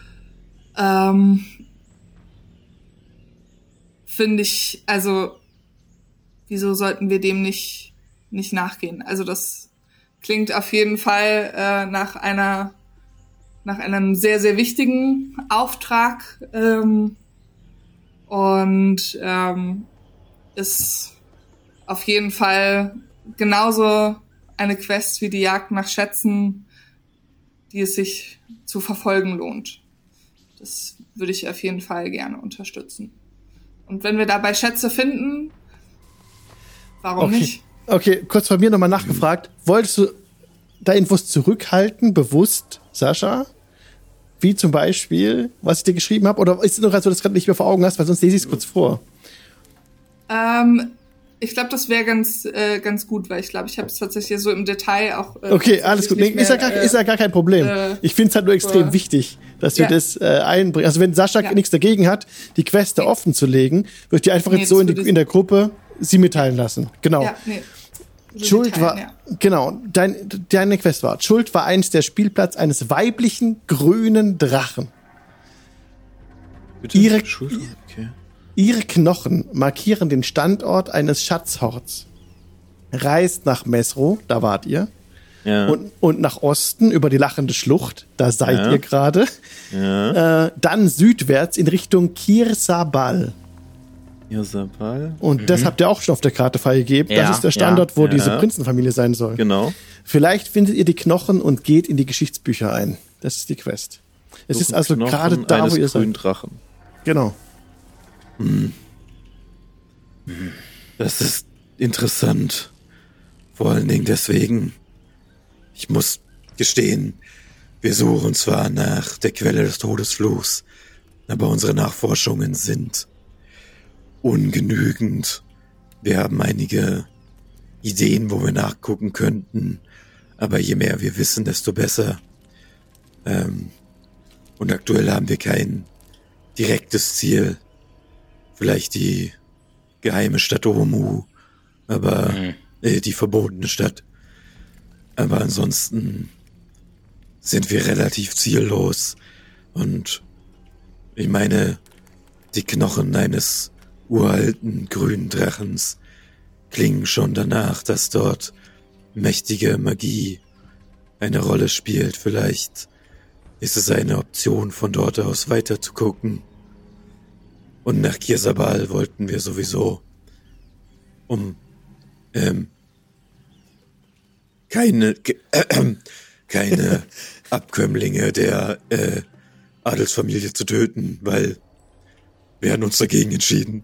finde ich, also wieso sollten wir dem nicht nachgehen? Also das klingt auf jeden Fall nach einem sehr, sehr wichtigen Auftrag und ist auf jeden Fall genauso eine Quest wie die Jagd nach Schätzen, die es sich zu verfolgen lohnt. Das würde ich auf jeden Fall gerne unterstützen. Und wenn wir dabei Schätze finden, warum nicht? Okay, kurz von mir nochmal nachgefragt. Wolltest du da Infos zurückhalten, bewusst, Sascha? Wie zum Beispiel, was ich dir geschrieben habe? Oder ist es nur, dass du das gerade nicht mehr vor Augen hast, weil sonst lese ich es kurz vor. Ich glaube, das wäre ganz gut, weil ich glaube, ich habe es tatsächlich so im Detail auch. Okay, alles gut. Nee, ist ja gar kein Problem. Ich finde es halt nur extrem wichtig, dass wir das einbringen. Also wenn Sascha nichts dagegen hat, die Queste offen zu legen, würde ich die einfach jetzt so in der Gruppe sie mitteilen lassen. Genau. Ja, Schuld war, genau, deine Quest war, Schuld war eins der Spielplatz eines weiblichen grünen Drachen. Bitte? Ihre Knochen markieren den Standort eines Schatzhorts. Reist nach Mesro, da wart ihr. Ja. Und nach Osten über die lachende Schlucht, da seid ihr gerade. Ja. Dann südwärts in Richtung Kirsabal. Und das habt ihr auch schon auf der Karte freigegeben. Das ist der Standort, wo diese Prinzenfamilie sein soll. Genau. Vielleicht findet ihr die Knochen und geht in die Geschichtsbücher ein. Das ist die Quest. Es ist also gerade da, wo ihr seid. Drachen. Genau. Das ist interessant. Vor allen Dingen deswegen, ich muss gestehen, wir suchen zwar nach der Quelle des Todesfluchs, aber unsere Nachforschungen sind ungenügend. Wir haben einige Ideen, wo wir nachgucken könnten, aber je mehr wir wissen, desto besser. Und aktuell haben wir kein direktes Ziel. Vielleicht die geheime Stadt Omu, aber die verbotene Stadt. Aber ansonsten sind wir relativ ziellos. Und ich meine, die Knochen eines uralten grünen Drachens klingen schon danach, dass dort mächtige Magie eine Rolle spielt. Vielleicht ist es eine Option, von dort aus weiter zu gucken. Und nach Kirsabal wollten wir sowieso, um keine Abkömmlinge der Adelsfamilie zu töten, weil wir haben uns dagegen entschieden.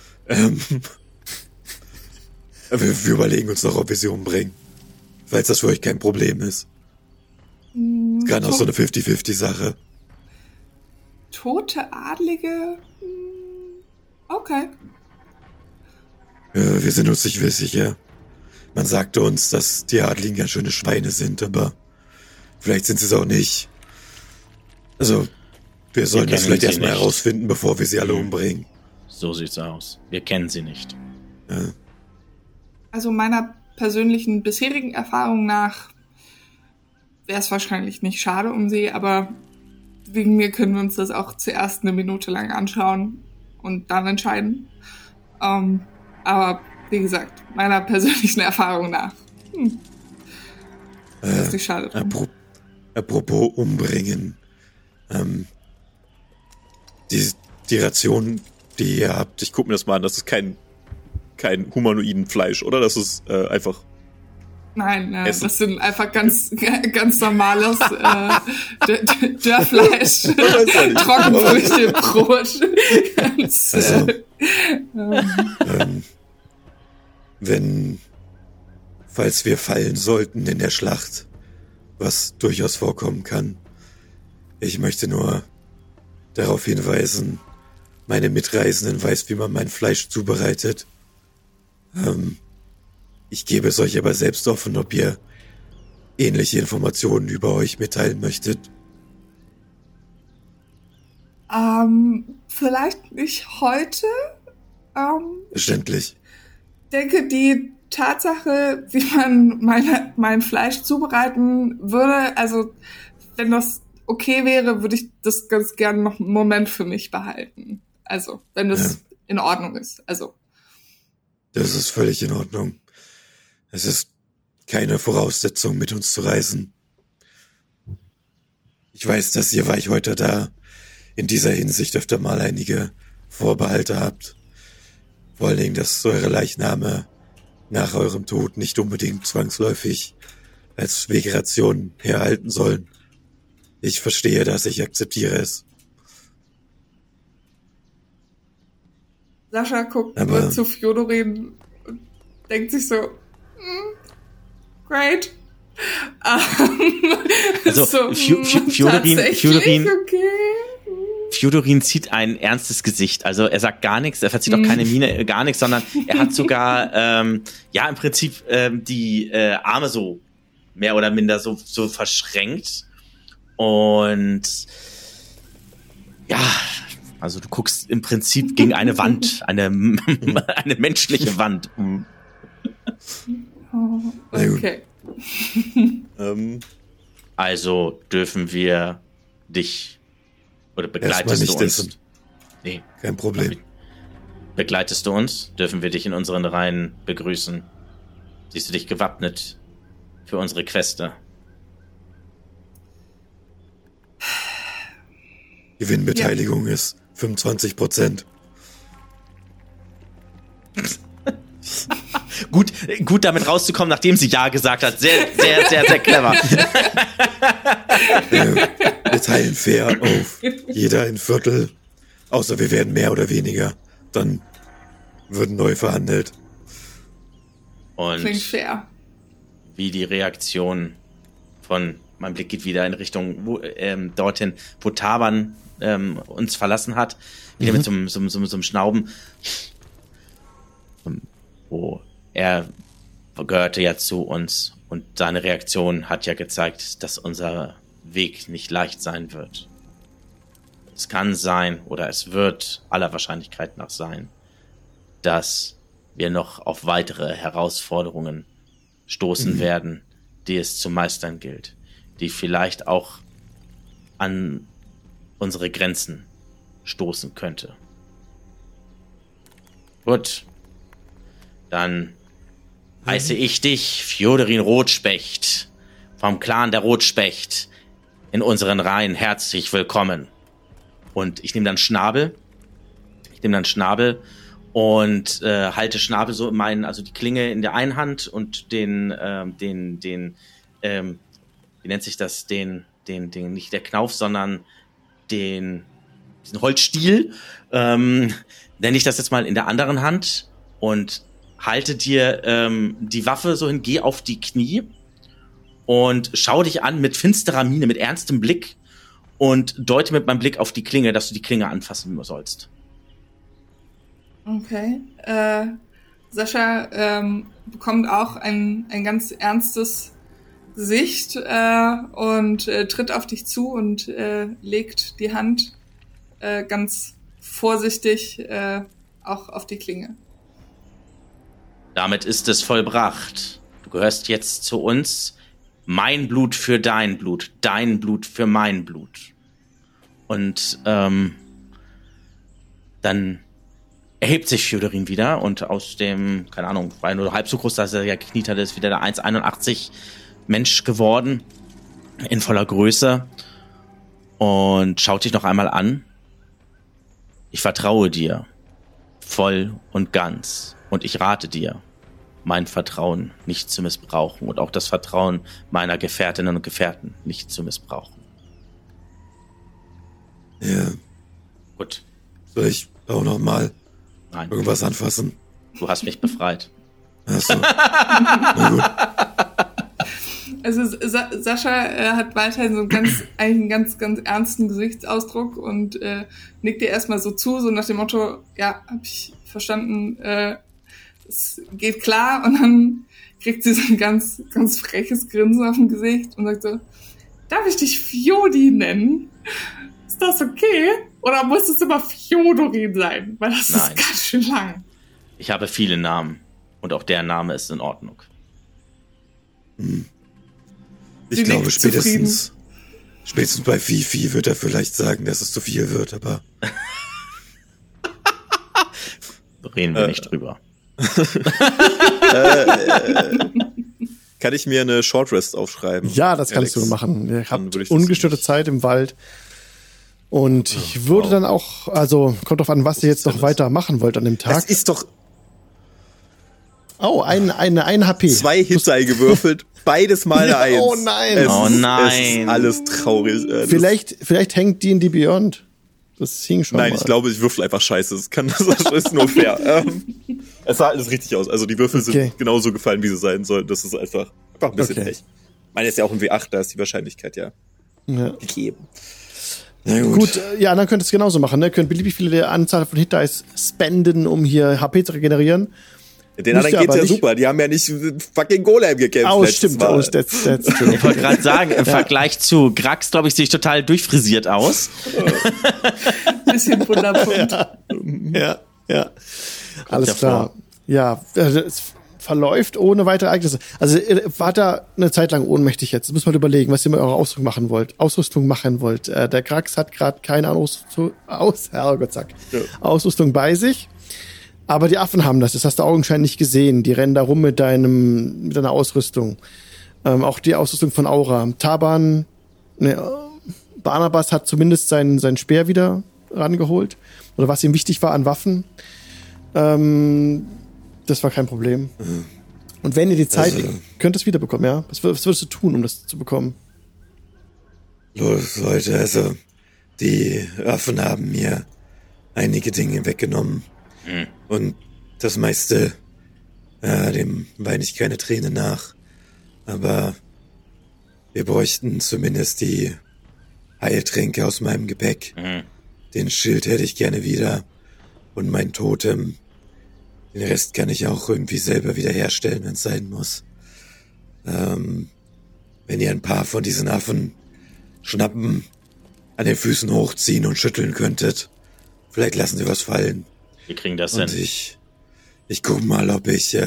Wir überlegen uns noch, ob wir sie umbringen. Falls das für euch kein Problem ist. Es kann auch so eine 50-50-Sache. Tote Adlige? Okay. Wir sind uns nicht sicher. Man sagte uns, dass die Adligen ganz schöne Schweine sind, aber vielleicht sind sie es auch nicht. Also, wir sollten das vielleicht erstmal herausfinden, bevor wir sie alle umbringen. So sieht's aus. Wir kennen sie nicht. Ja. Also meiner persönlichen bisherigen Erfahrung nach wäre es wahrscheinlich nicht schade um sie, aber wegen mir können wir uns das auch zuerst eine Minute lang anschauen und dann entscheiden. Aber wie gesagt, meiner persönlichen Erfahrung nach ist nicht schade drum. Apropos umbringen. Die Ration, die ihr habt, Ich guck mir das mal an, das ist kein humanoiden Fleisch, oder? Das ist einfach... Nein, das sind einfach ganz normales Dörrfleisch, Trockenfrüchte, Brot. Falls wir fallen sollten in der Schlacht, was durchaus vorkommen kann, ich möchte nur darauf hinweisen, meine Mitreisenden weiß, wie man mein Fleisch zubereitet. Ich gebe es euch aber selbst offen, ob ihr ähnliche Informationen über euch mitteilen möchtet. Vielleicht nicht heute. Verständlich. Ich denke, die Tatsache, wie man mein Fleisch zubereiten würde, also wenn das okay wäre, würde ich das ganz gerne noch einen Moment für mich behalten. Also, wenn das in Ordnung ist. Also. Das ist völlig in Ordnung. Es ist keine Voraussetzung, mit uns zu reisen. Ich weiß, dass ihr Weichhäuter da in dieser Hinsicht öfter mal einige Vorbehalte habt. Vor allen Dingen, dass eure Leichname nach eurem Tod nicht unbedingt zwangsläufig als Vegetation herhalten sollen. Ich verstehe das, ich akzeptiere es. Sascha guckt nur zu Fjodorin und denkt sich so, great. Also so, Fjodorin, okay. Fjodorin zieht ein ernstes Gesicht. Also er sagt gar nichts, er verzieht auch keine Miene, gar nichts, sondern er hat sogar, im Prinzip die Arme so mehr oder minder so verschränkt. Und ja, also du guckst im Prinzip gegen eine Wand, eine menschliche Wand. Okay. Also dürfen wir dich oder begleitest du uns? Dessen. Nee, kein Problem. Begleitest du uns? Dürfen wir dich in unseren Reihen begrüßen? Siehst du dich gewappnet für unsere Queste? Gewinnbeteiligung ist 25%. Gut damit rauszukommen, nachdem sie Ja gesagt hat. Sehr, sehr, sehr, sehr clever. Wir teilen fair auf. Jeder ein Viertel. Außer wir werden mehr oder weniger. Dann wird neu verhandelt. Und klingt fair. Wie die Reaktion von, mein Blick geht wieder in Richtung dorthin, wo Taban uns verlassen hat. Wieder mit so einem Schnauben. Wo er gehörte ja zu uns und seine Reaktion hat ja gezeigt, dass unser Weg nicht leicht sein wird. Es kann sein, oder es wird aller Wahrscheinlichkeit nach sein, dass wir noch auf weitere Herausforderungen stoßen werden, die es zu meistern gilt, die vielleicht auch an unsere Grenzen stoßen könnte. Gut, dann heiße ich dich, Fjodorin Rotspecht, vom Clan der Rotspecht, in unseren Reihen herzlich willkommen. Und ich nehme dann Schnabel und halte Schnabel so in meinen, also die Klinge in der einen Hand und den wie nennt sich das, den nicht der Knauf, sondern diesen Holzstiel, nenne ich das jetzt mal in der anderen Hand und halte dir die Waffe so hin, geh auf die Knie und schau dich an mit finsterer Miene, mit ernstem Blick und deute mit meinem Blick auf die Klinge, dass du die Klinge anfassen sollst. Okay. Sascha bekommt auch ein ganz ernstes Gesicht und tritt auf dich zu und legt die Hand ganz vorsichtig auch auf die Klinge. Damit ist es vollbracht. Du gehörst jetzt zu uns. Mein Blut für dein Blut, dein Blut für mein Blut. Und dann erhebt sich Fjodorin wieder und aus dem, keine Ahnung, war nur halb so groß, dass er ja gekniet hatte, ist wieder der 1,81 Mensch geworden, in voller Größe, und schaut dich noch einmal an. Ich vertraue dir voll und ganz und ich rate dir, mein Vertrauen nicht zu missbrauchen und auch das Vertrauen meiner Gefährtinnen und Gefährten nicht zu missbrauchen. Ja. Gut. Soll ich auch noch mal Nein. irgendwas anfassen? Du hast mich befreit. Ach so. Na gut. Also Sascha hat weiterhin so einen ganz ernsten Gesichtsausdruck und nickt dir erstmal so zu, so nach dem Motto, ja, hab ich verstanden, es geht klar, und dann kriegt sie so ein ganz freches Grinsen auf dem Gesicht und sagt so, darf ich dich Fjodi nennen? Ist das okay? Oder muss es immer Fjodorin sein? Weil das Nein. ist ganz schön lang. Ich habe viele Namen und auch der Name ist in Ordnung. Ich glaube, spätestens bei Fifi wird er vielleicht sagen, dass es zu viel wird, aber Reden wir nicht drüber. Kann ich mir eine Short Rest aufschreiben? Ja, das kannst Alex? du machen. Ihr Dann habt würde ich das ungestörte nicht- Zeit im Wald. Und ich würde dann auch, also kommt drauf an, was ihr jetzt noch weiter machen wollt an dem Tag. Das ist doch Oh, ein HP. 2 Hits eingewürfelt, beides mal eine 1. Oh nein. Oh nein. Es ist alles traurig. Vielleicht hängt D&D Beyond. Das hing schon Nein, mal. ich glaube, ich würfel einfach scheiße. Das ist nur fair. Es sah alles richtig aus. Also die Würfel Okay. sind genauso gefallen, wie sie sein sollen. Das ist einfach ein bisschen Okay. Pech. Ich meine, ist ja auch ein W8, da ist die Wahrscheinlichkeit ja Ja. gegeben. Na Gut, ja, dann könnt ihr es genauso machen, ne? Könnt beliebig viele Anzahl von Hit-Dice spenden, um hier HP zu regenerieren. Den anderen geht's ja nicht. Super, die haben ja nicht fucking Golem gekämpft. Stimmt. That's true. Ich wollte gerade sagen, im Vergleich zu Grax, glaube ich, sehe ich total durchfrisiert aus. Bisschen Wunderpunkt. Ja. Alles klar. Ja, es verläuft ohne weitere Ereignisse. Also war da eine Zeit lang ohnmächtig jetzt. Das muss man überlegen, was ihr mit eurer Ausrüstung machen wollt. Der Grax hat gerade keine Ausrüstung bei sich. Aber die Affen haben das hast du augenscheinlich nicht gesehen. Die rennen da rum mit deiner Ausrüstung. Auch die Ausrüstung von Aura. Barnabas hat zumindest seinen Speer wieder rangeholt. Oder was ihm wichtig war an Waffen. Das war kein Problem. Und wenn ihr die Zeit könnt ihr es wiederbekommen, ja? Was würdest du tun, um das zu bekommen? Los, Leute, also die Affen haben mir einige Dinge weggenommen. Und das meiste, dem weine ich keine Träne nach. Aber wir bräuchten zumindest die Heiltränke aus meinem Gepäck. Den Schild hätte ich gerne wieder. Und mein Totem. Den Rest kann ich auch irgendwie selber wiederherstellen, wenn es sein muss. Wenn ihr ein paar von diesen Affen schnappen, an den Füßen hochziehen und schütteln könntet, vielleicht lassen sie was fallen. Wir kriegen das und hin. Ich guck mal, ob ich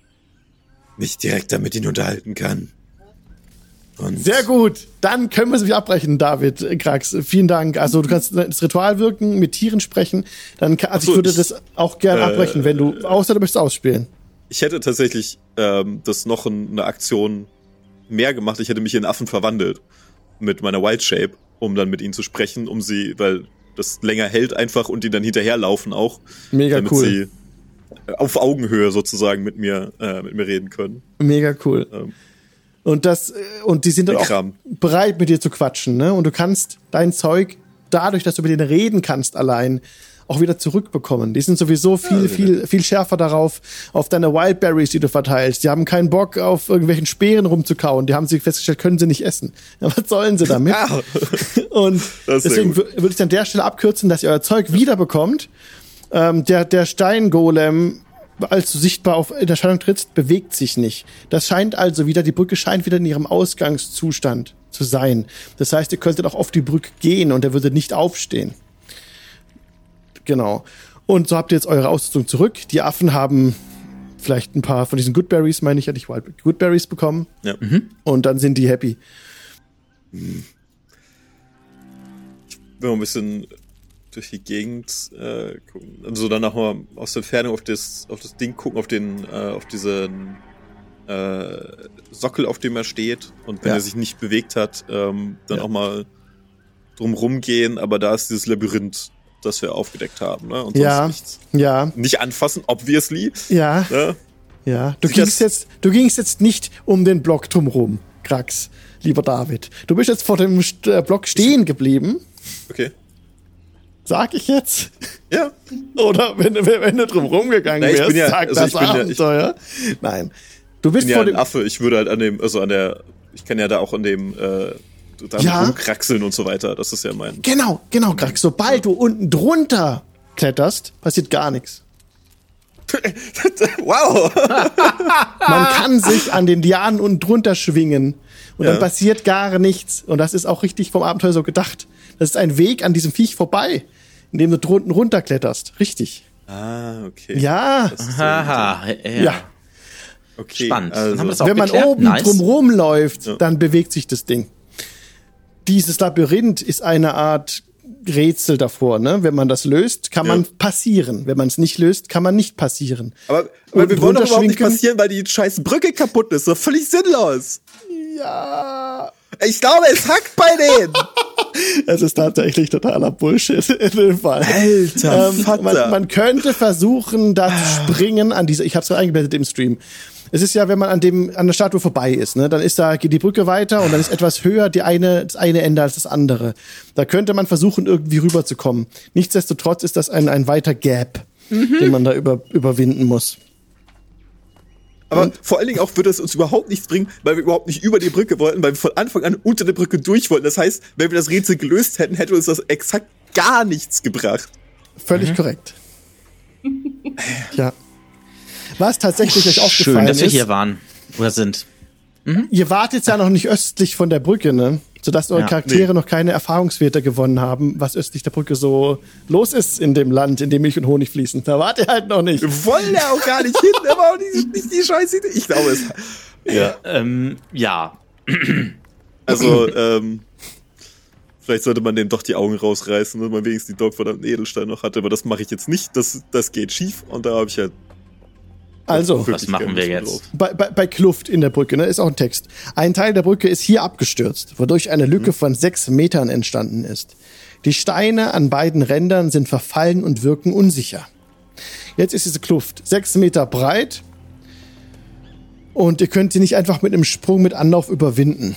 mich direkt damit ihnen unterhalten kann. Und sehr gut. Dann können wir es wieder abbrechen, David, Grax. Vielen Dank. Also du kannst das Ritual wirken, mit Tieren sprechen. Ich würde das auch gerne abbrechen, wenn du, außer du möchtest ausspielen. Ich hätte tatsächlich das noch eine Aktion mehr gemacht. Ich hätte mich in Affen verwandelt mit meiner Wild Shape, um dann mit ihnen zu sprechen, weil das länger hält einfach und die dann hinterherlaufen auch. Mega damit cool. Sie auf Augenhöhe sozusagen mit mir reden können. Mega cool. Und die sind dann auch bereit, mit dir zu quatschen, ne? Und du kannst dein Zeug, dadurch, dass du mit denen reden kannst allein, auch wieder zurückbekommen. Die sind sowieso viel schärfer darauf, auf deine Wildberries, die du verteilst. Die haben keinen Bock, auf irgendwelchen Speeren rumzukauen. Die haben sich festgestellt, können sie nicht essen. Ja, was sollen sie damit? Und deswegen würde ich an der Stelle abkürzen, dass ihr euer Zeug wiederbekommt. Der Steingolem, als du sichtbar in Erscheinung trittst, bewegt sich nicht. Die Brücke scheint wieder in ihrem Ausgangszustand zu sein. Das heißt, ihr könntet auch auf die Brücke gehen und er würde nicht aufstehen. Genau. Und so habt ihr jetzt eure Ausrüstung zurück. Die Affen haben vielleicht ein paar von diesen Goodberries, meine ich, hatte ich Goodberries bekommen. Ja. Und dann sind die happy. Ich will mal ein bisschen durch die Gegend gucken. Also dann auch mal aus der Entfernung auf das Ding gucken, auf diesen Sockel, auf dem er steht. Und wenn er sich nicht bewegt hat, dann auch mal drum rumgehen. Aber da ist dieses Labyrinth, das wir aufgedeckt haben, ne? Und sonst nichts. Ja. Nicht anfassen, obviously. Ja. Ne? Ja. Du gingst jetzt nicht um den Block drumrum, Grax, lieber David. Du bist jetzt vor dem Block stehen geblieben. Okay. Sag ich jetzt? Ja. Oder wenn du drumrum gegangen wärst, sag das Abenteuer. Nein. Du bist vor dem Affe. Ich würde halt ich kann ja da auch an dem rumkraxeln und so weiter. Das ist ja mein... Genau, Grax. Sobald du unten drunter kletterst, passiert gar nichts. Wow! Man kann sich an den Lianen unten drunter schwingen und dann passiert gar nichts. Und das ist auch richtig vom Abenteuer so gedacht. Das ist ein Weg an diesem Viech vorbei, indem du drunten runterkletterst. Richtig. Ah, okay. Ja. Ja. Okay. Spannend. Also, haben wir das auch wenn man geklärt? oben drumrum läuft, dann bewegt sich das Ding. Dieses Labyrinth ist eine Art Rätsel davor, ne? Wenn man das löst, kann man passieren. Wenn man es nicht löst, kann man nicht passieren. Aber wir wollen doch überhaupt nicht passieren, weil die scheiß Brücke kaputt ist. Das ist doch völlig sinnlos. Ja. Ich glaube, es hackt bei denen. Es ist tatsächlich totaler Bullshit in dem Fall. Alter, man könnte versuchen, da zu springen an diese, ich hab's gerade eingeblendet im Stream. Es ist ja, wenn man an der Statue vorbei ist, ne, dann geht die Brücke weiter und dann ist etwas höher das eine Ende als das andere. Da könnte man versuchen, irgendwie rüberzukommen. Nichtsdestotrotz ist das ein weiter Gap, den man da überwinden muss. Aber vor allen Dingen auch würde es uns überhaupt nichts bringen, weil wir überhaupt nicht über die Brücke wollten, weil wir von Anfang an unter der Brücke durch wollten. Das heißt, wenn wir das Rätsel gelöst hätten, hätte uns das exakt gar nichts gebracht. Völlig korrekt. Ja. Was tatsächlich euch aufgefallen ist. Schön, dass wir hier waren oder sind. Ihr wart jetzt ja noch nicht östlich von der Brücke, ne? Sodass eure Charaktere noch keine Erfahrungswerte gewonnen haben, was östlich der Brücke so los ist in dem Land, in dem Milch und Honig fließen. Da wart ihr halt noch nicht. Wir wollen ja auch gar nicht hin, aber auch nicht die Scheiße. Ich glaube es. Ja. Also, vielleicht sollte man dem doch die Augen rausreißen, dass man wenigstens die dogverdammten Edelsteine noch hatte, aber das mache ich jetzt nicht. Das geht schief und da habe ich halt. Also, was machen wir jetzt? Bei Kluft in der Brücke, ne, ist auch ein Text. Ein Teil der Brücke ist hier abgestürzt, wodurch eine Lücke von 6 Metern entstanden ist. Die Steine an beiden Rändern sind verfallen und wirken unsicher. Jetzt ist diese Kluft 6 Meter breit und ihr könnt sie nicht einfach mit einem Sprung mit Anlauf überwinden.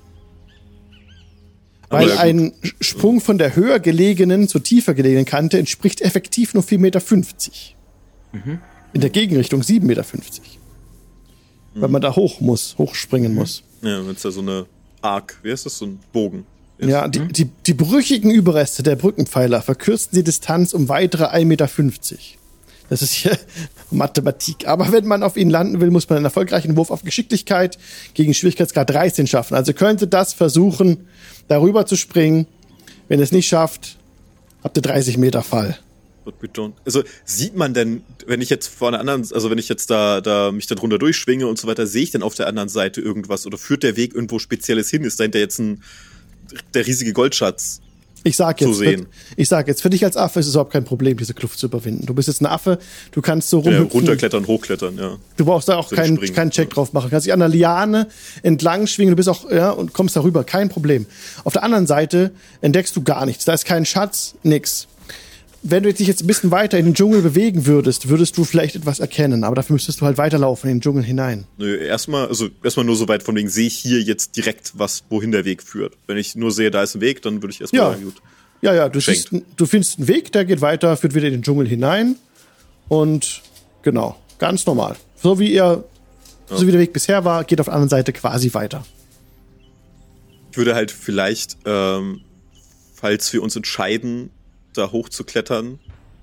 Weil ein Sprung von der höher gelegenen zur tiefer gelegenen Kante entspricht effektiv nur 4,50 Meter. In der Gegenrichtung 7,50 Meter. Weil man da hochspringen muss. Ja, wenn es da so eine Arc, wie heißt das, so ein Bogen ist. Ja, die brüchigen Überreste der Brückenpfeiler verkürzen die Distanz um weitere 1,50 Meter. Das ist hier Mathematik. Aber wenn man auf ihn landen will, muss man einen erfolgreichen Wurf auf Geschicklichkeit gegen Schwierigkeitsgrad 13 schaffen. Also könnte das versuchen, darüber zu springen. Wenn es nicht schafft, habt ihr 30 Meter Fall. Also sieht man denn, wenn ich jetzt von der anderen, also wenn ich jetzt da mich da drunter durchschwinge und so weiter, sehe ich denn auf der anderen Seite irgendwas oder führt der Weg irgendwo Spezielles hin? Ist dahinter jetzt der riesige Goldschatz Ich sag zu sehen? Für dich als Affe ist es überhaupt kein Problem, diese Kluft zu überwinden. Du bist jetzt ein Affe, du kannst so rumhüpfen. Runterklettern, hochklettern, ja. Du brauchst da auch keinen Check drauf machen. Du kannst dich an der Liane entlang schwingen, du bist auch, und kommst darüber, kein Problem. Auf der anderen Seite entdeckst du gar nichts. Da ist kein Schatz, nix. Wenn du dich jetzt ein bisschen weiter in den Dschungel bewegen würdest du vielleicht etwas erkennen, aber dafür müsstest du halt weiterlaufen in den Dschungel hinein. Nö, erstmal nur so weit von wegen, sehe ich hier jetzt direkt wohin der Weg führt. Wenn ich nur sehe, da ist ein Weg, dann würde ich erstmal sagen, gut. Ja, du findest einen Weg, der geht weiter, führt wieder in den Dschungel hinein und genau, ganz normal. So wie der Weg bisher war, geht auf der anderen Seite quasi weiter. Ich würde halt vielleicht, falls wir uns entscheiden, da hoch zu klettern,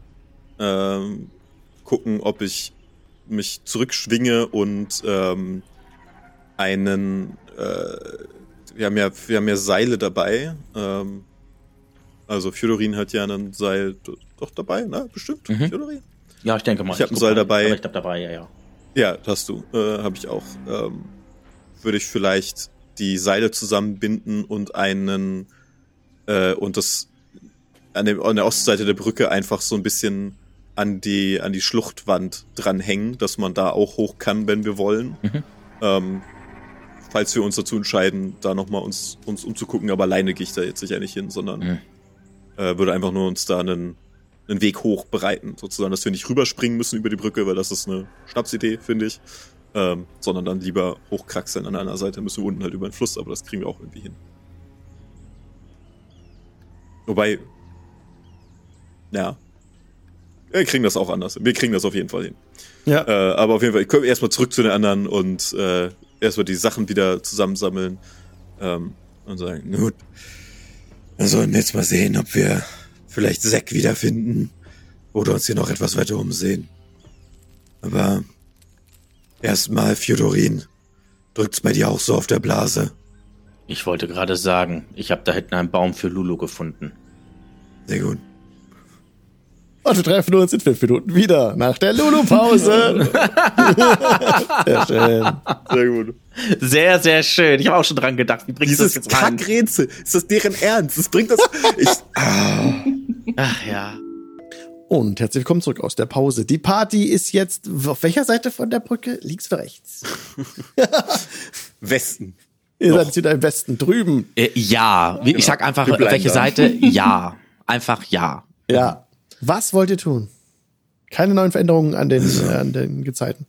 gucken, ob ich mich zurückschwinge und wir haben ja Seile dabei. Also Fjodorin hat ja ein Seil doch dabei, ne? Bestimmt, Fjodorin? Ja, ich denke mal. Ich habe ein Seil dabei. Ich habe dabei, ja. Ja, hast du. Habe ich auch. Würde ich vielleicht die Seile zusammenbinden und an der Ostseite der Brücke einfach so ein bisschen an die Schluchtwand dranhängen, dass man da auch hoch kann, wenn wir wollen. Falls wir uns dazu entscheiden, da nochmal uns umzugucken, aber alleine gehe ich da jetzt sicher nicht hin, sondern würde einfach nur uns da einen Weg hoch bereiten, sozusagen, dass wir nicht rüberspringen müssen über die Brücke, weil das ist eine Schnapsidee, finde ich, sondern dann lieber hochkraxeln an einer Seite, müssen wir unten halt über den Fluss, aber das kriegen wir auch irgendwie hin. Wobei, ja, wir kriegen das auch anders. Wir kriegen das auf jeden Fall hin. Ja. Aber auf jeden Fall, ich komme erstmal zurück zu den anderen und erstmal die Sachen wieder zusammensammeln und sagen, gut, wir sollten jetzt mal sehen, ob wir vielleicht Zack wiederfinden oder uns hier noch etwas weiter umsehen. Aber erstmal, Fjodorin, drückt's bei dir auch so auf der Blase? Ich wollte gerade sagen, ich habe da hinten einen Baum für Lulu gefunden. Sehr gut. Und wir treffen uns in 5 Minuten wieder nach der Lulu-Pause. Sehr schön. Sehr gut. Sehr, sehr schön. Ich habe auch schon dran gedacht. Wie bringst du das Dieses jetzt rein? Kackrätsel, ist das deren Ernst? Das bringt das... Ach ja. Und herzlich willkommen zurück aus der Pause. Die Party ist jetzt auf welcher Seite von der Brücke? Links oder rechts? Westen. Ihr seid wieder im Westen, drüben. Ja. Genau. Ich sag einfach, Wir bleiben welche da. Seite? Ja. Einfach ja. Ja. Was wollt ihr tun? Keine neuen Veränderungen an den Gezeiten.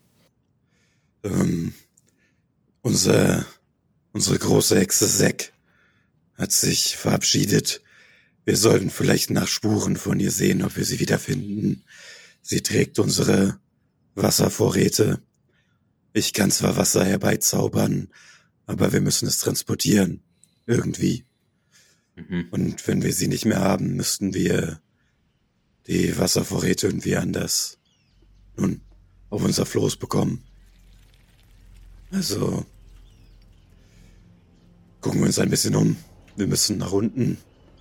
Unsere große Hexe Zack hat sich verabschiedet. Wir sollten vielleicht nach Spuren von ihr sehen, ob wir sie wiederfinden. Sie trägt unsere Wasservorräte. Ich kann zwar Wasser herbeizaubern, aber wir müssen es transportieren. Irgendwie. Und wenn wir sie nicht mehr haben, müssten wir die Wasservorräte irgendwie anders auf unser Floß bekommen. Also gucken wir uns ein bisschen um. Wir müssen nach unten.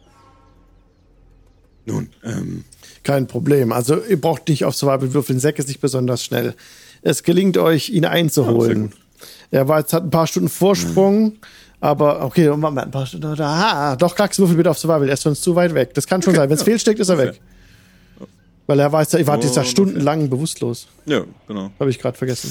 Nun, Kein Problem. Also ihr braucht nicht auf Survival würfeln. Zack ist nicht besonders schnell. Es gelingt euch, ihn einzuholen. Er hat ein paar Stunden Vorsprung, aber okay, ein paar Stunden. Doch, Krax, würfel bitte auf Survival. Er ist sonst zu weit weg. Das kann schon sein. Wenn es fehlsteckt, ist er weg. Weil er weiß, ich war jetzt da stundenlang bewusstlos. Ja, genau. Habe ich gerade vergessen.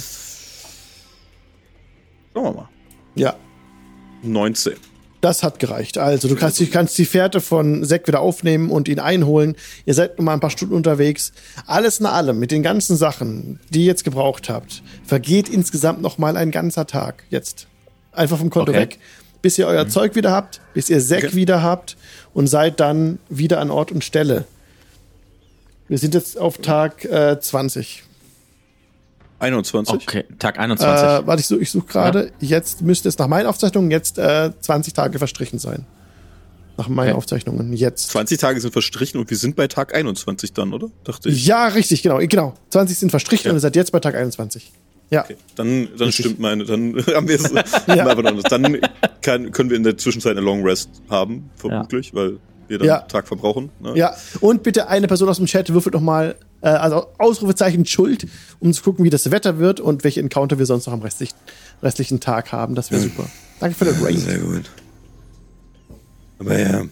Schauen wir mal. Ja. 19. Das hat gereicht. Also du kannst die Fährte von Zack wieder aufnehmen und ihn einholen. Ihr seid nur mal ein paar Stunden unterwegs. Alles in allem, mit den ganzen Sachen, die ihr jetzt gebraucht habt, vergeht insgesamt noch mal ein ganzer Tag jetzt. Einfach vom Konto weg, bis ihr euer Zeug wieder habt, bis ihr Zack wieder habt und seid dann wieder an Ort und Stelle. Wir sind jetzt auf Tag 20. 21? Okay, Tag 21. Warte, ich suche gerade. Ja. Jetzt müsste es nach meinen Aufzeichnungen 20 Tage verstrichen sein. Nach meinen Aufzeichnungen jetzt. 20 Tage sind verstrichen und wir sind bei Tag 21 dann, oder? Dachte ich. Ja, richtig, genau. 20 sind verstrichen und ihr seid jetzt bei Tag 21. Ja. Okay. Dann stimmt dann haben wir es. Dann können wir in der Zwischenzeit eine Long Rest haben, vermutlich, weil wir dann einen Tag verbrauchen. Ne? Ja, und bitte eine Person aus dem Chat würfelt noch mal also Ausrufezeichen Schuld, um zu gucken, wie das Wetter wird und welche Encounter wir sonst noch am restlichen Tag haben. Das wäre super. Danke für den Raid. Sehr gut. Aber ja.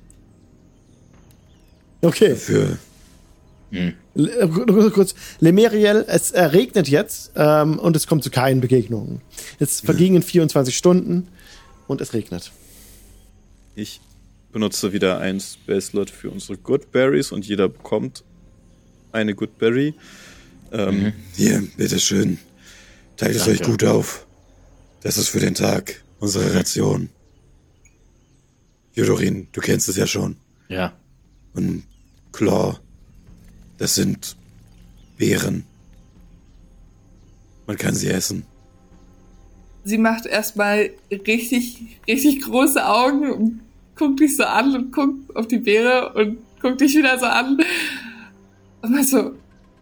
Okay. Kurz. Lemeriel, es regnet jetzt und es kommt zu keinen Begegnungen. Es vergingen 24 Stunden und es regnet. Ich benutze wieder einen Spell-Slot für unsere Goodberries und jeder bekommt eine Goodberry. Hier, bitteschön. Teilt es euch gut auf. Das ist für den Tag unsere Ration. Jodorin, du kennst es ja schon. Ja. Und Claw, das sind Beeren. Man kann sie essen. Sie macht erstmal richtig, richtig große Augen und guckt dich so an und guckt auf die Beere und guckt dich wieder so an. Und mal so,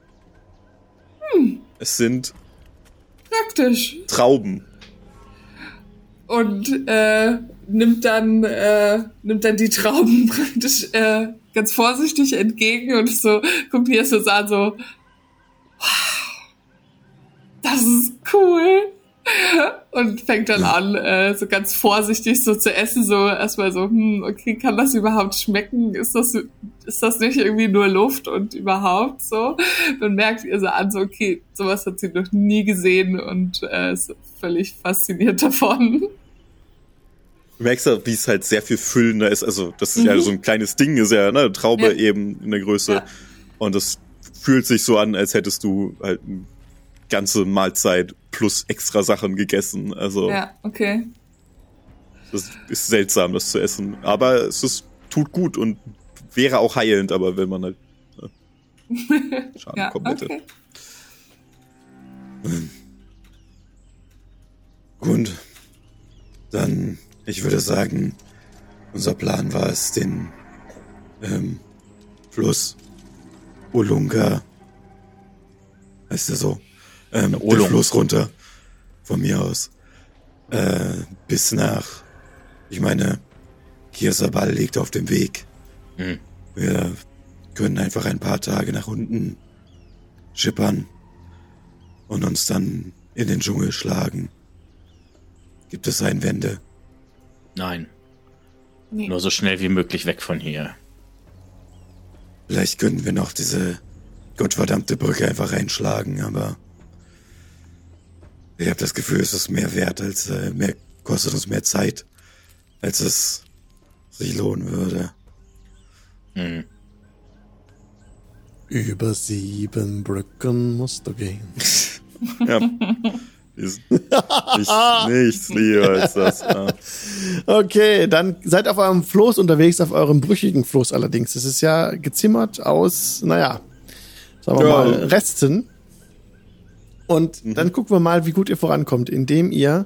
Es sind praktisch. Trauben. Und nimmt dann die Trauben praktisch ganz vorsichtig entgegen und so guckt die erst so an, so, wow, das ist cool. Und fängt dann an, so ganz vorsichtig so zu essen, so erstmal so, okay, kann das überhaupt schmecken? Ist das nicht irgendwie nur Luft und überhaupt so? Dann merkt ihr so an, so, okay, sowas hat sie noch nie gesehen und ist völlig fasziniert davon. Du merkst ja, wie es halt sehr viel füllender ist. Also, das ist ja so ein kleines Ding, ist ja, ne, Traube eben in der Größe. Ja. Und das fühlt sich so an, als hättest du halt eine ganze Mahlzeit plus extra Sachen gegessen. Also. Ja, okay. Das ist seltsam, das zu essen. Aber tut gut und wäre auch heilend, aber wenn man halt Schaden bekommen hätte. Okay. Gut. Dann, ich würde sagen, unser Plan war es, den Fluss Olunga, heißt der so, den Fluss runter, von mir aus, bis nach, ich meine, Kirsabal liegt auf dem Weg. Wir können einfach ein paar Tage nach unten schippern und uns dann in den Dschungel schlagen. Gibt es Einwände? Nein. Nee. Nur so schnell wie möglich weg von hier. Vielleicht können wir noch diese gottverdammte Brücke einfach einschlagen, aber ich habe das Gefühl, es ist mehr wert, als kostet uns mehr Zeit, als es sich lohnen würde. Über 7 Brücken musst du gehen. Ja. Nichts lieber als das. Ja. Okay, dann seid auf eurem Floß unterwegs, auf eurem brüchigen Floß allerdings. Es ist ja gezimmert aus, sagen wir mal, Resten. Und dann gucken wir mal, wie gut ihr vorankommt, indem ihr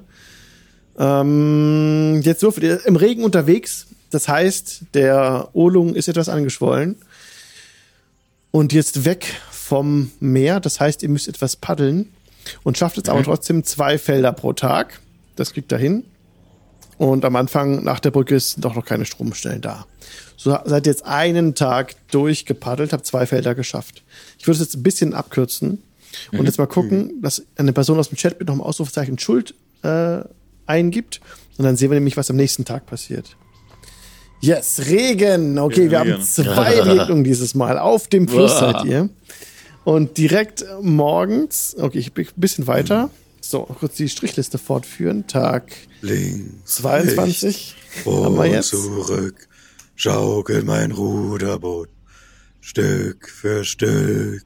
jetzt würfelt ihr im Regen unterwegs. Das heißt, der Olung ist etwas angeschwollen. Und jetzt weg vom Meer. Das heißt, ihr müsst etwas paddeln. Und schafft jetzt aber trotzdem 2 Felder pro Tag. Das kriegt ihr hin. Und am Anfang nach der Brücke ist doch noch keine Stromstellen da. So seid ihr jetzt einen Tag durchgepaddelt, habt 2 Felder geschafft. Ich würde es jetzt ein bisschen abkürzen und jetzt mal gucken, dass eine Person aus dem Chat mit noch ein Ausrufezeichen Schuld eingibt. Und dann sehen wir nämlich, was am nächsten Tag passiert. Yes, Regen. Okay, wir haben 2 Regnungen dieses Mal. Auf dem Fluss seid ihr. Und direkt morgens, okay, ich bin ein bisschen weiter. So, kurz die Strichliste fortführen. Tag links, 22 haben wir jetzt. Zurück, schaukel mein Ruderboot, Stück für Stück.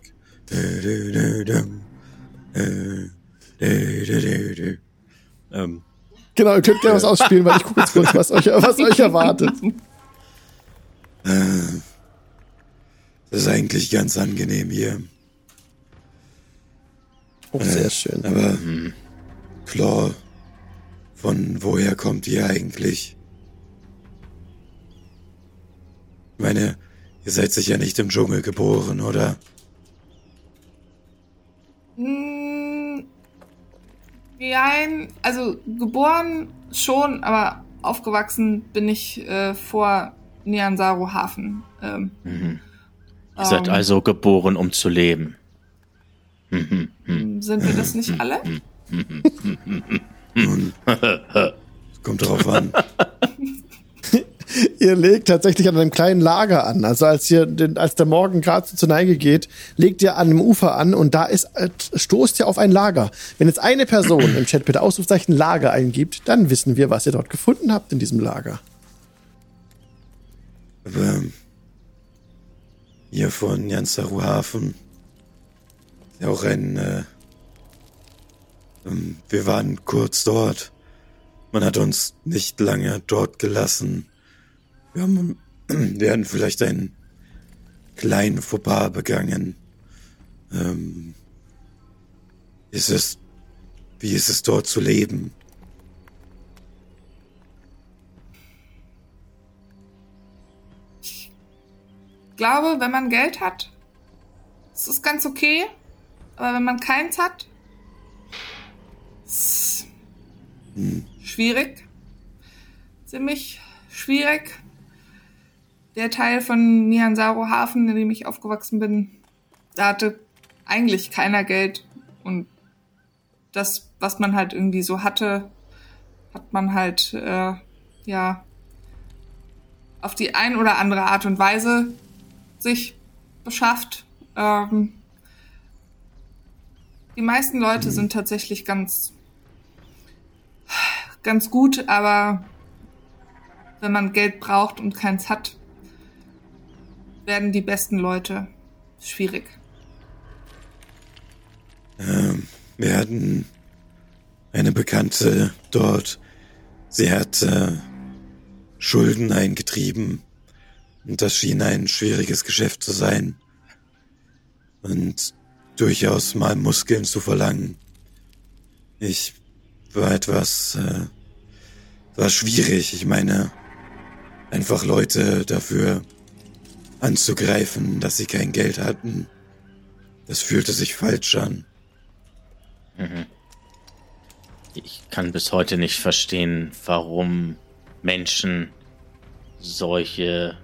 Genau, ihr könnt gerne was ausspielen, weil ich gucke jetzt kurz, was euch erwartet. Das ist eigentlich ganz angenehm hier. Oh, sehr schön. Aber Claw, von woher kommt ihr eigentlich? Ich meine, ihr seid sicher nicht im Dschungel geboren, oder? Nein, also geboren schon, aber aufgewachsen bin ich vor Nyansaru Hafen. Ihr seid also geboren, um zu leben. Sind wir das nicht alle? Kommt drauf an. Ihr legt tatsächlich an einem kleinen Lager an. Also als der Morgen gerade zur Neige geht, legt ihr an dem Ufer an und da stoßt ihr auf ein Lager. Wenn jetzt eine Person im Chat bitte Ausrufezeichen Lager eingibt, dann wissen wir, was ihr dort gefunden habt in diesem Lager. Aber hier von Nyansaru Hafen ja auch wir waren kurz dort. Man hat uns nicht lange dort gelassen. Wir haben vielleicht einen kleinen Fauxpas begangen. Wie ist es dort zu leben? Ich glaube, wenn man Geld hat, ist es ganz okay. Aber wenn man keins hat, ist schwierig. Ziemlich schwierig. Der Teil von Nyansaru Hafen, in dem ich aufgewachsen bin, da hatte eigentlich keiner Geld. Und das, was man halt irgendwie so hatte, hat man halt, auf die ein oder andere Art und Weise sich beschafft. Die meisten Leute sind tatsächlich ganz gut, aber wenn man Geld braucht und keins hat, werden die besten Leute schwierig. Wir hatten eine Bekannte dort. Sie hat Schulden eingetrieben und das schien ein schwieriges Geschäft zu sein. Und durchaus mal Muskeln zu verlangen. Ich war war schwierig. Ich meine, einfach Leute dafür anzugreifen, dass sie kein Geld hatten, das fühlte sich falsch an. Ich kann bis heute nicht verstehen, warum Menschen solche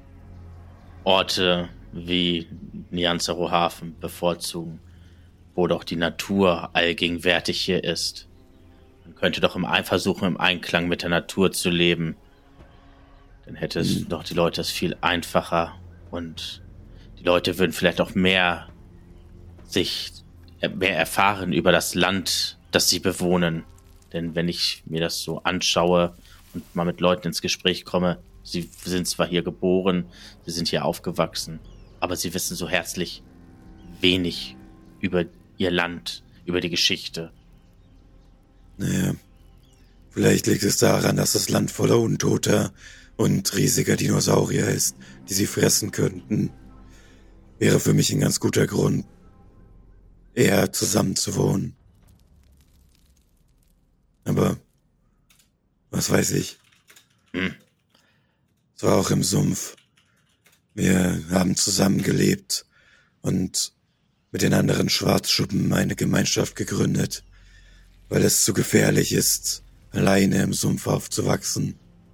Orte wie Nyansaru Hafen bevorzugen, wo doch die Natur allgegenwärtig hier ist. Man könnte doch versuchen, im Einklang mit der Natur zu leben. Dann hätte es doch die Leute es viel einfacher und die Leute würden vielleicht auch mehr erfahren über das Land, das sie bewohnen. Denn wenn ich mir das so anschaue und mal mit Leuten ins Gespräch komme, sie sind zwar hier geboren, sie sind hier aufgewachsen, aber sie wissen so herzlich wenig über ihr Land, über die Geschichte. Naja, vielleicht liegt es daran, dass das Land voller Untoter und riesiger Dinosaurier ist, die sie fressen könnten. Wäre für mich ein ganz guter Grund. eher zusammen zu wohnen. Aber was weiß ich. Es war auch im Sumpf. Wir haben zusammen gelebt und mit den anderen Schwarzschuppen eine Gemeinschaft gegründet, weil es zu gefährlich ist, alleine im Sumpf aufzuwachsen.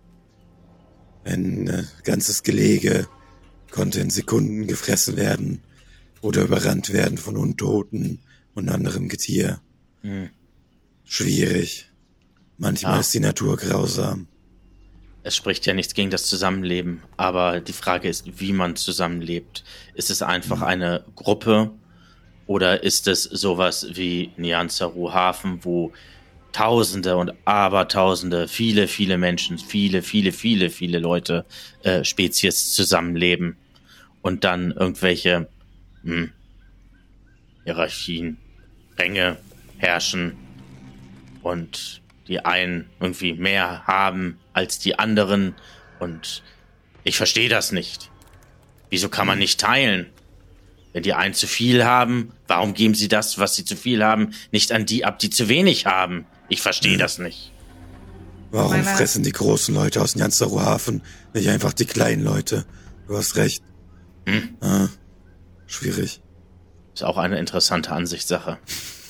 Ein ganzes Gelege konnte in Sekunden gefressen werden oder überrannt werden von Untoten und anderem Getier. Schwierig. Manchmal ist die Natur grausam. Es spricht ja nichts gegen das Zusammenleben, aber die Frage ist, wie man zusammenlebt. Ist es einfach eine Gruppe oder ist es sowas wie Nyanzaru Hafen, wo Tausende und Abertausende, viele, viele Menschen, viele, viele, viele, viele Leute, Spezies zusammenleben und dann irgendwelche Hierarchien, Ränge herrschen und die einen irgendwie mehr haben als die anderen und ich verstehe das nicht. Wieso kann man nicht teilen? Wenn die einen zu viel haben, warum geben sie das, was sie zu viel haben, nicht an die ab, die zu wenig haben? Ich verstehe das nicht. Warum fressen die großen Leute aus Nyanzaru Hafen nicht einfach die kleinen Leute? Du hast recht. Schwierig. Ist auch eine interessante Ansichtssache.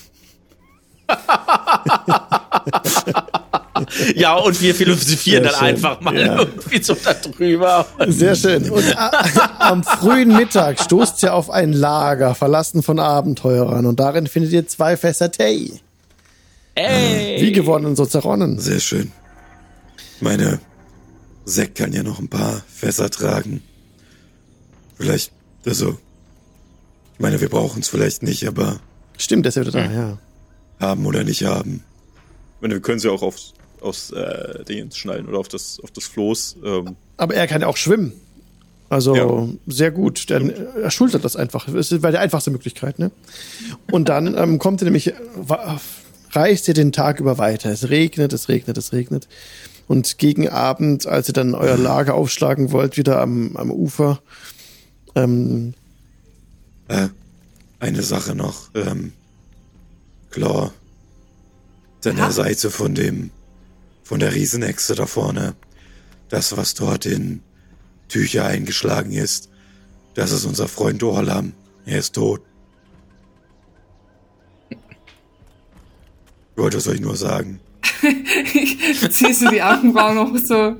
Ja, und wir philosophieren dann einfach mal irgendwie so darüber. Sehr schön. Und am frühen Mittag stoßt ihr auf ein Lager, verlassen von Abenteurern. Und darin findet ihr 2 Fässer Tee. Ey! Wie gewonnenen Sozeronen. Sehr schön. Meine Sek kann ja noch ein paar Fässer tragen. Vielleicht, also, ich meine, wir brauchen es vielleicht nicht, aber... Stimmt, der ist ja wieder da, ja. Haben oder nicht haben. Ich meine, wir können sie auch aufs Ding schnallen oder auf das Floß. Aber er kann ja auch schwimmen. Also sehr gut. Er schultert das einfach. Das war die einfachste Möglichkeit, ne? Und dann kommt er nämlich, reist ihr den Tag über weiter. Es regnet, es regnet, es regnet. Und gegen Abend, als ihr dann euer Lager aufschlagen wollt, wieder am Ufer. Eine Sache noch. Claw. An der Seite von der Riesenechse da vorne. Das, was dort in Tücher eingeschlagen ist. Das ist unser Freund Orlam. Er ist tot. Ich wollte es euch nur sagen. Ziehst du die Augenbrauen noch so?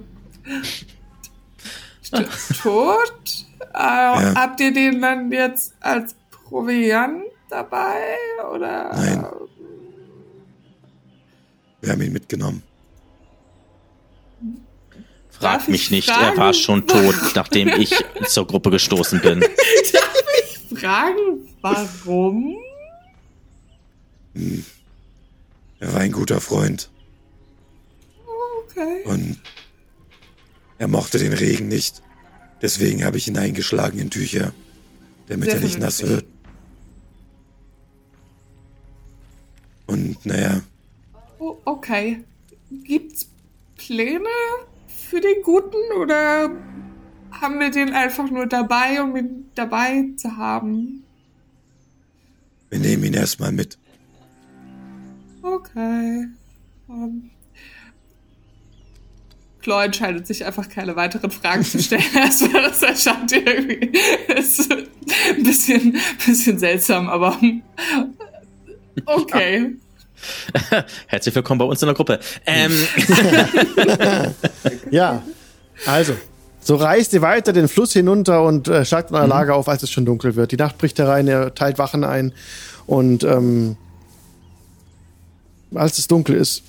Tot? Habt ihr den dann jetzt als Proviant dabei? Oder? Nein. Wir haben ihn mitgenommen. Frag mich nicht, er war schon tot, nachdem ich zur Gruppe gestoßen bin. Darf ich fragen, warum? Er war ein guter Freund. Okay. Und er mochte den Regen nicht. Deswegen habe ich ihn eingeschlagen in Tücher, damit er nicht nass wird. Und naja. Oh, okay. Gibt's Pläne für den Guten oder haben wir den einfach nur dabei, um ihn dabei zu haben? Wir nehmen ihn erstmal mit. Okay. Chloe entscheidet sich einfach, keine weiteren Fragen zu stellen. Erstmal, das erscheint ihr irgendwie ist ein bisschen seltsam, aber okay. Herzlich willkommen bei uns in der Gruppe. Ja, also, so reist ihr weiter den Fluss hinunter und schlagt euer Lager auf, als es schon dunkel wird. Die Nacht bricht herein, ihr teilt Wachen ein und als es dunkel ist,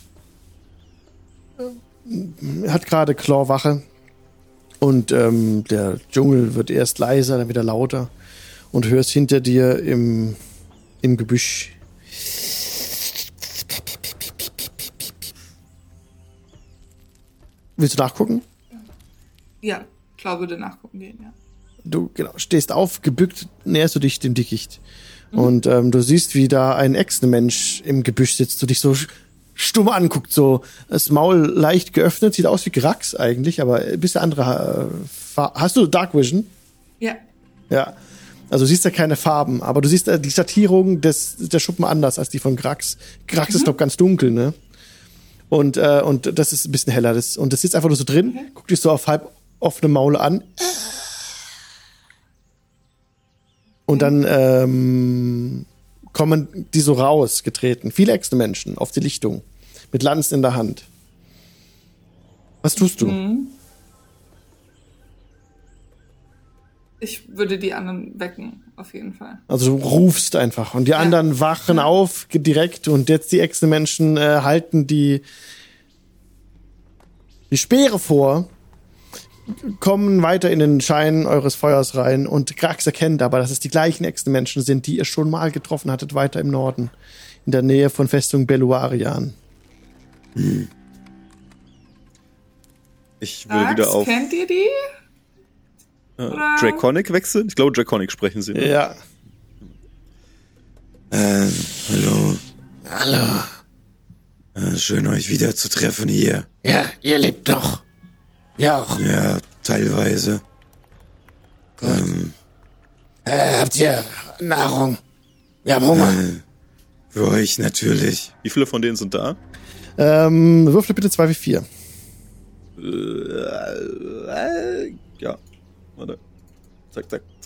hat gerade Claw Wache und der Dschungel wird erst leiser, dann wieder lauter und hörst hinter dir im Gebüsch Willst du nachgucken? Ja, Claw würde nachgucken gehen, ja. Du stehst auf, gebückt, näherst du dich dem Dickicht. Und du siehst, wie da ein Echsenmensch im Gebüsch sitzt und dich so stumm anguckt, so das Maul leicht geöffnet, sieht aus wie Grax eigentlich, aber ein bisschen andere Hast du Dark Vision? Ja. Ja. Also du siehst ja keine Farben, aber du siehst die Schattierung der Schuppen anders als die von Grax. Grax ist, glaub, ganz dunkel, ne? Und das ist ein bisschen heller. Und das sitzt einfach nur so drin, guckt dich so auf halb offene Maule an. Und dann kommen die so rausgetreten. Viele Echsenmenschen auf die Lichtung. Mit Lanzen in der Hand. Was tust du? Ich würde die anderen wecken, auf jeden Fall. Also du rufst einfach. Und die anderen wachen auf direkt. Und jetzt die Echsenmenschen halten die Speere vor, kommen weiter in den Schein eures Feuers rein. Und Grax erkennt aber, dass es die gleichen Echsenmenschen sind, die ihr schon mal getroffen hattet, weiter im Norden. In der Nähe von Festung Beluarian. Ich will wieder auf kennt ihr die? Draconic wechseln. Ich glaube, Draconic sprechen sie. Ne? Ja. Hallo. Hallo. Schön, euch wieder zu treffen hier. Ja, ihr lebt doch. Ja auch. Ja, teilweise. Habt ihr Nahrung? Wir haben Hunger. Für euch natürlich. Wie viele von denen sind da? Würfel bitte 2W4. Ja. Warte. Zack.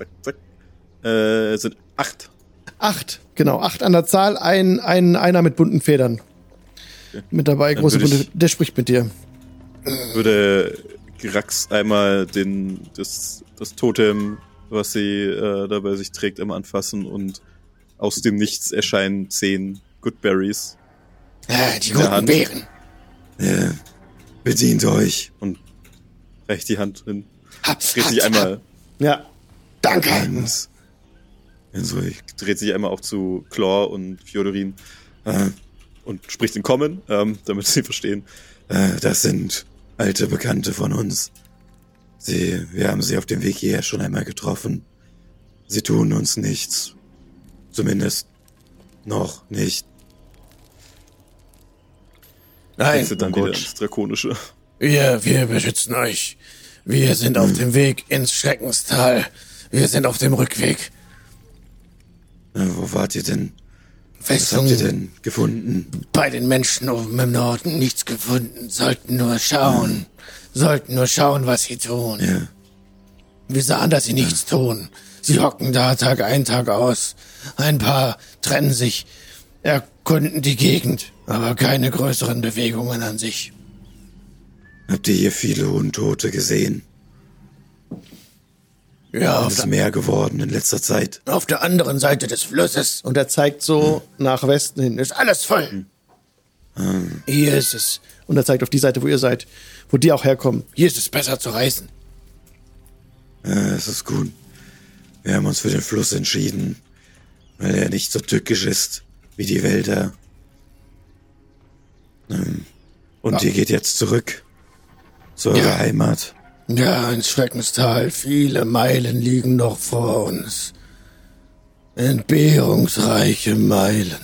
Sind 8. 8, genau. 8 an der Zahl. Einer mit bunten Federn. Okay. Mit dabei, Dann große würde bunte. Der spricht mit dir. Würde Grax einmal das Totem, was sie da bei sich trägt, einmal anfassen und aus dem Nichts erscheinen 10 Goodberries. Die in der guten Hand. Beeren. Ja, bedient euch. Und reicht die Hand hin. Hab's, Dreht sich einmal. Ja. Danke. Dreht sich einmal auch zu Claw und Fjodorin und spricht in Common, damit sie verstehen. Das sind alte Bekannte von uns. Wir haben sie auf dem Weg hierher schon einmal getroffen. Sie tun uns nichts. Zumindest noch nicht. Nein, Wechselt dann wieder ins Drakonische. wir beschützen euch. Wir sind auf dem Weg ins Schreckenstal. Wir sind auf dem Rückweg. Wo wart ihr denn? Was Festung habt ihr denn gefunden? bei den Menschen oben im Norden. Nichts gefunden. Sollten nur schauen, was sie tun. Ja. Wir sahen, dass sie nichts tun. Sie hocken da Tag ein, Tag aus. Ein paar trennen sich, erkunden die Gegend, aber keine größeren Bewegungen an sich. Habt ihr hier viele Untote gesehen? Ja, Es ist mehr geworden in letzter Zeit. auf der anderen Seite des Flusses. Und er zeigt so nach Westen hin. Ist alles voll. Hier ist es. Und er zeigt auf die Seite, wo ihr seid. Wo die auch herkommen. Hier ist es besser zu reisen. Es ist gut. Wir haben uns für den Fluss entschieden, weil er nicht so tückisch ist wie die Wälder. Und ihr geht jetzt zurück zu eurer Heimat. Ja, ins Schreckenstal. Viele Meilen liegen noch vor uns. Entbehrungsreiche Meilen.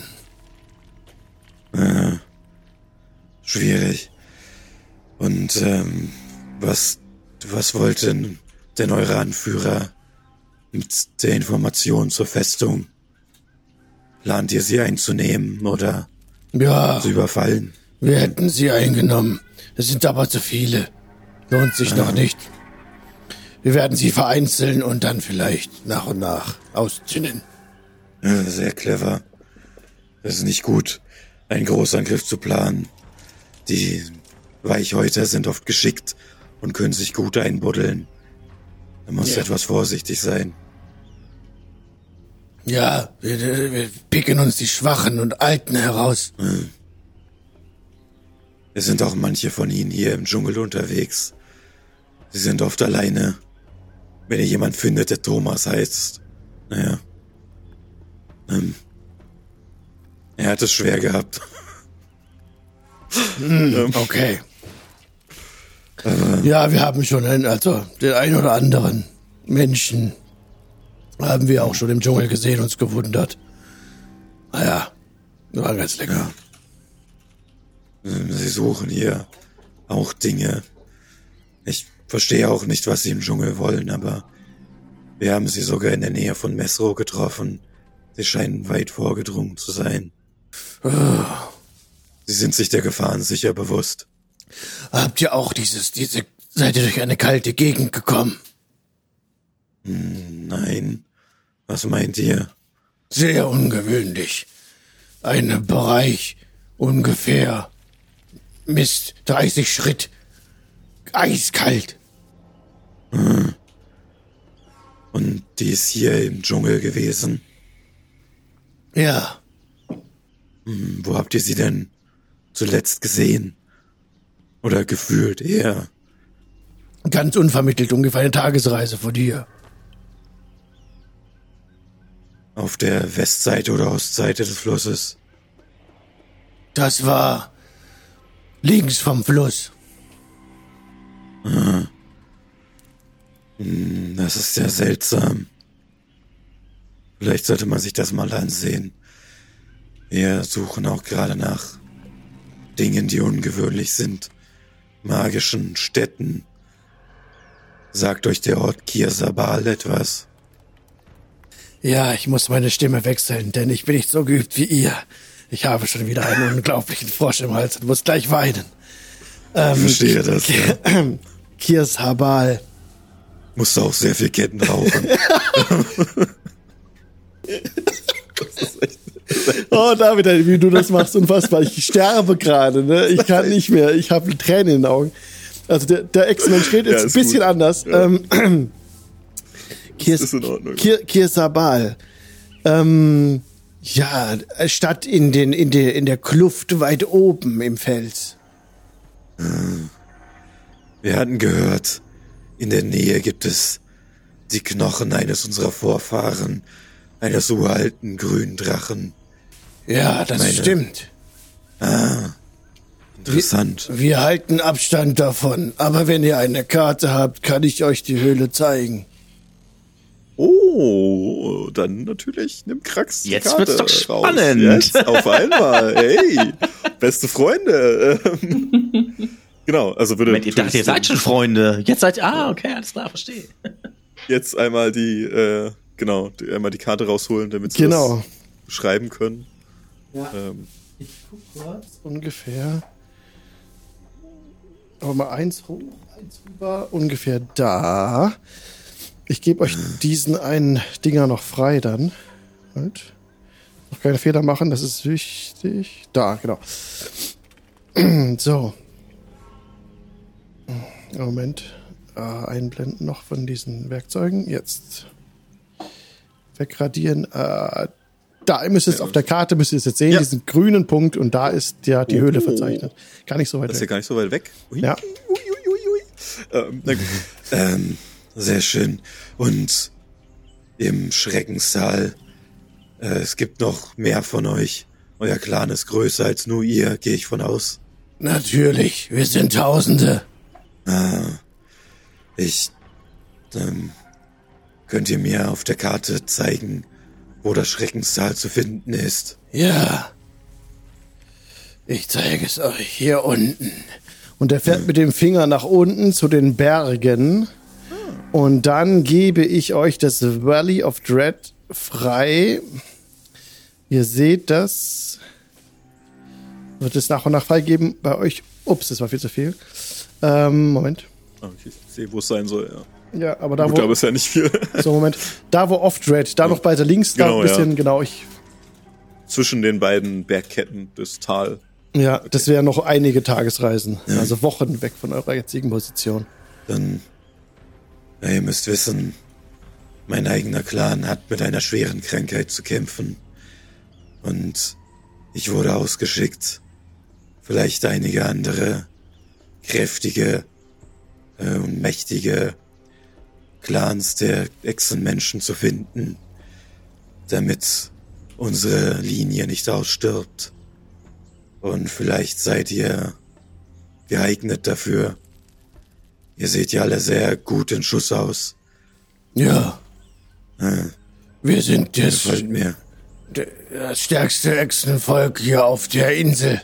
Schwierig. Und was wollten denn eure Anführer mit der Information zur Festung? Plant ihr sie einzunehmen oder Ja, zu überfallen? wir hätten sie eingenommen. Es sind aber zu viele. Lohnt sich noch nicht. Wir werden sie vereinzeln und dann vielleicht nach und nach auszünden. Ja, sehr clever. Es ist nicht gut, einen Großangriff zu planen. Die Weichhäuter sind oft geschickt und können sich gut einbuddeln. Da muss etwas vorsichtig sein. Ja, wir picken uns die Schwachen und Alten heraus. Es sind auch manche von ihnen hier im Dschungel unterwegs. Sie sind oft alleine. Wenn ihr jemand findet, der Thomas heißt. Naja. Er hat es schwer gehabt. Okay. Ja, wir haben schon den ein oder anderen Menschen haben wir auch schon im Dschungel gesehen, uns gewundert. Naja, war ganz lecker. Sie suchen hier auch Dinge. Ich verstehe auch nicht, was sie im Dschungel wollen, aber Wir haben sie sogar in der Nähe von Mesro getroffen. Sie scheinen weit vorgedrungen zu sein. Sie sind sich der Gefahren sicher bewusst. Habt ihr auch seid ihr durch eine kalte Gegend gekommen? Nein. Was meint ihr? Sehr ungewöhnlich. Ein Bereich ungefähr 30 Schritt. Eiskalt. Und die ist hier im Dschungel gewesen? Ja. Wo habt ihr sie denn zuletzt gesehen? Oder gefühlt eher? Ganz unvermittelt, ungefähr eine Tagesreise von dir. Auf der Westseite oder Ostseite des Flusses? Das war links vom Fluss. Das ist ja seltsam. Vielleicht sollte man sich das mal ansehen. Wir suchen auch gerade nach Dingen, die ungewöhnlich sind. Magischen Städten. Sagt euch der Ort Kirsabal etwas? Ja, ich muss meine Stimme wechseln, denn ich bin nicht so geübt wie ihr. Ich habe schon wieder einen unglaublichen Frosch im Hals und muss gleich weinen. Ich verstehe das, ja. Kirsabal. Musst du auch sehr viel Ketten rauchen. Oh, David, wie du das machst, unfassbar. Ich sterbe gerade, ne? Ich kann nicht mehr. Ich habe Tränen in den Augen. Also der Ex-Mensch redet jetzt ein bisschen gut. Anders. Ja. Ist in Ordnung. Kirsabal. Ja, Stadt in der Kluft weit oben im Fels. Wir hatten gehört, in der Nähe gibt es die Knochen eines unserer Vorfahren, eines uralten grünen Drachen. Ja, das stimmt. Interessant. Wir halten Abstand davon, aber wenn ihr eine Karte habt, kann ich euch die Höhle zeigen. Oh, dann natürlich nimm Krax die Jetzt Karte wird's doch spannend. Raus. Jetzt, auf einmal. Hey, beste Freunde. Genau, also würde Moment, ich dachte, ihr seid schon Freunde. Jetzt seid ihr, okay, alles klar, verstehe. Jetzt einmal einmal die Karte rausholen, damit sie das beschreiben können. Ja. Ich guck kurz ungefähr. Aber mal eins hoch, eins rüber, ungefähr da. Ich gebe euch diesen einen Dinger noch frei dann. Halt. Noch keine Fehler machen, das ist wichtig. Da, genau. So. Moment. Einblenden noch von diesen Werkzeugen. Jetzt. Wegradieren. Da, ihr müsst es auf der Karte, müsst ihr es jetzt sehen, diesen grünen Punkt, und da ist die Höhle verzeichnet. Gar nicht so weit weg. Das ist ja gar nicht so weit weg. Ui. Ja. Na gut. Sehr schön. Und im Schreckenssaal, es gibt noch mehr von euch. Euer Clan ist größer als nur ihr, gehe ich von aus. Natürlich, wir sind Tausende. Könnt ihr mir auf der Karte zeigen, wo das Schreckenssaal zu finden ist? Ja. Ich zeige es euch hier unten. Und er fährt mit dem Finger nach unten zu den Bergen. Und dann gebe ich euch das Valley of Dread frei. Ihr seht das. Wird es nach und nach freigeben bei euch. Ups, das war viel zu viel. Moment. Okay, ich sehe, wo es sein soll, ja. Ja, aber da gut, wo... aber ist ja nicht viel. So, Moment. Da wo Off-Dread, da noch weiter links, da ein bisschen, Zwischen den beiden Bergketten des Tal. Ja, okay. Das wären noch einige Tagesreisen. Ja. Also Wochen weg von eurer jetzigen Position. Dann, ihr müsst wissen, mein eigener Clan hat mit einer schweren Krankheit zu kämpfen. Und ich wurde ausgeschickt, vielleicht einige andere kräftige und mächtige Clans der Echsenmenschen zu finden, damit unsere Linie nicht ausstirbt. Und vielleicht seid ihr geeignet dafür. Ihr seht ja alle sehr gut in Schuss aus. Ja. Wir sind gefällt mir. Das stärkste Echsenvolk hier auf der Insel.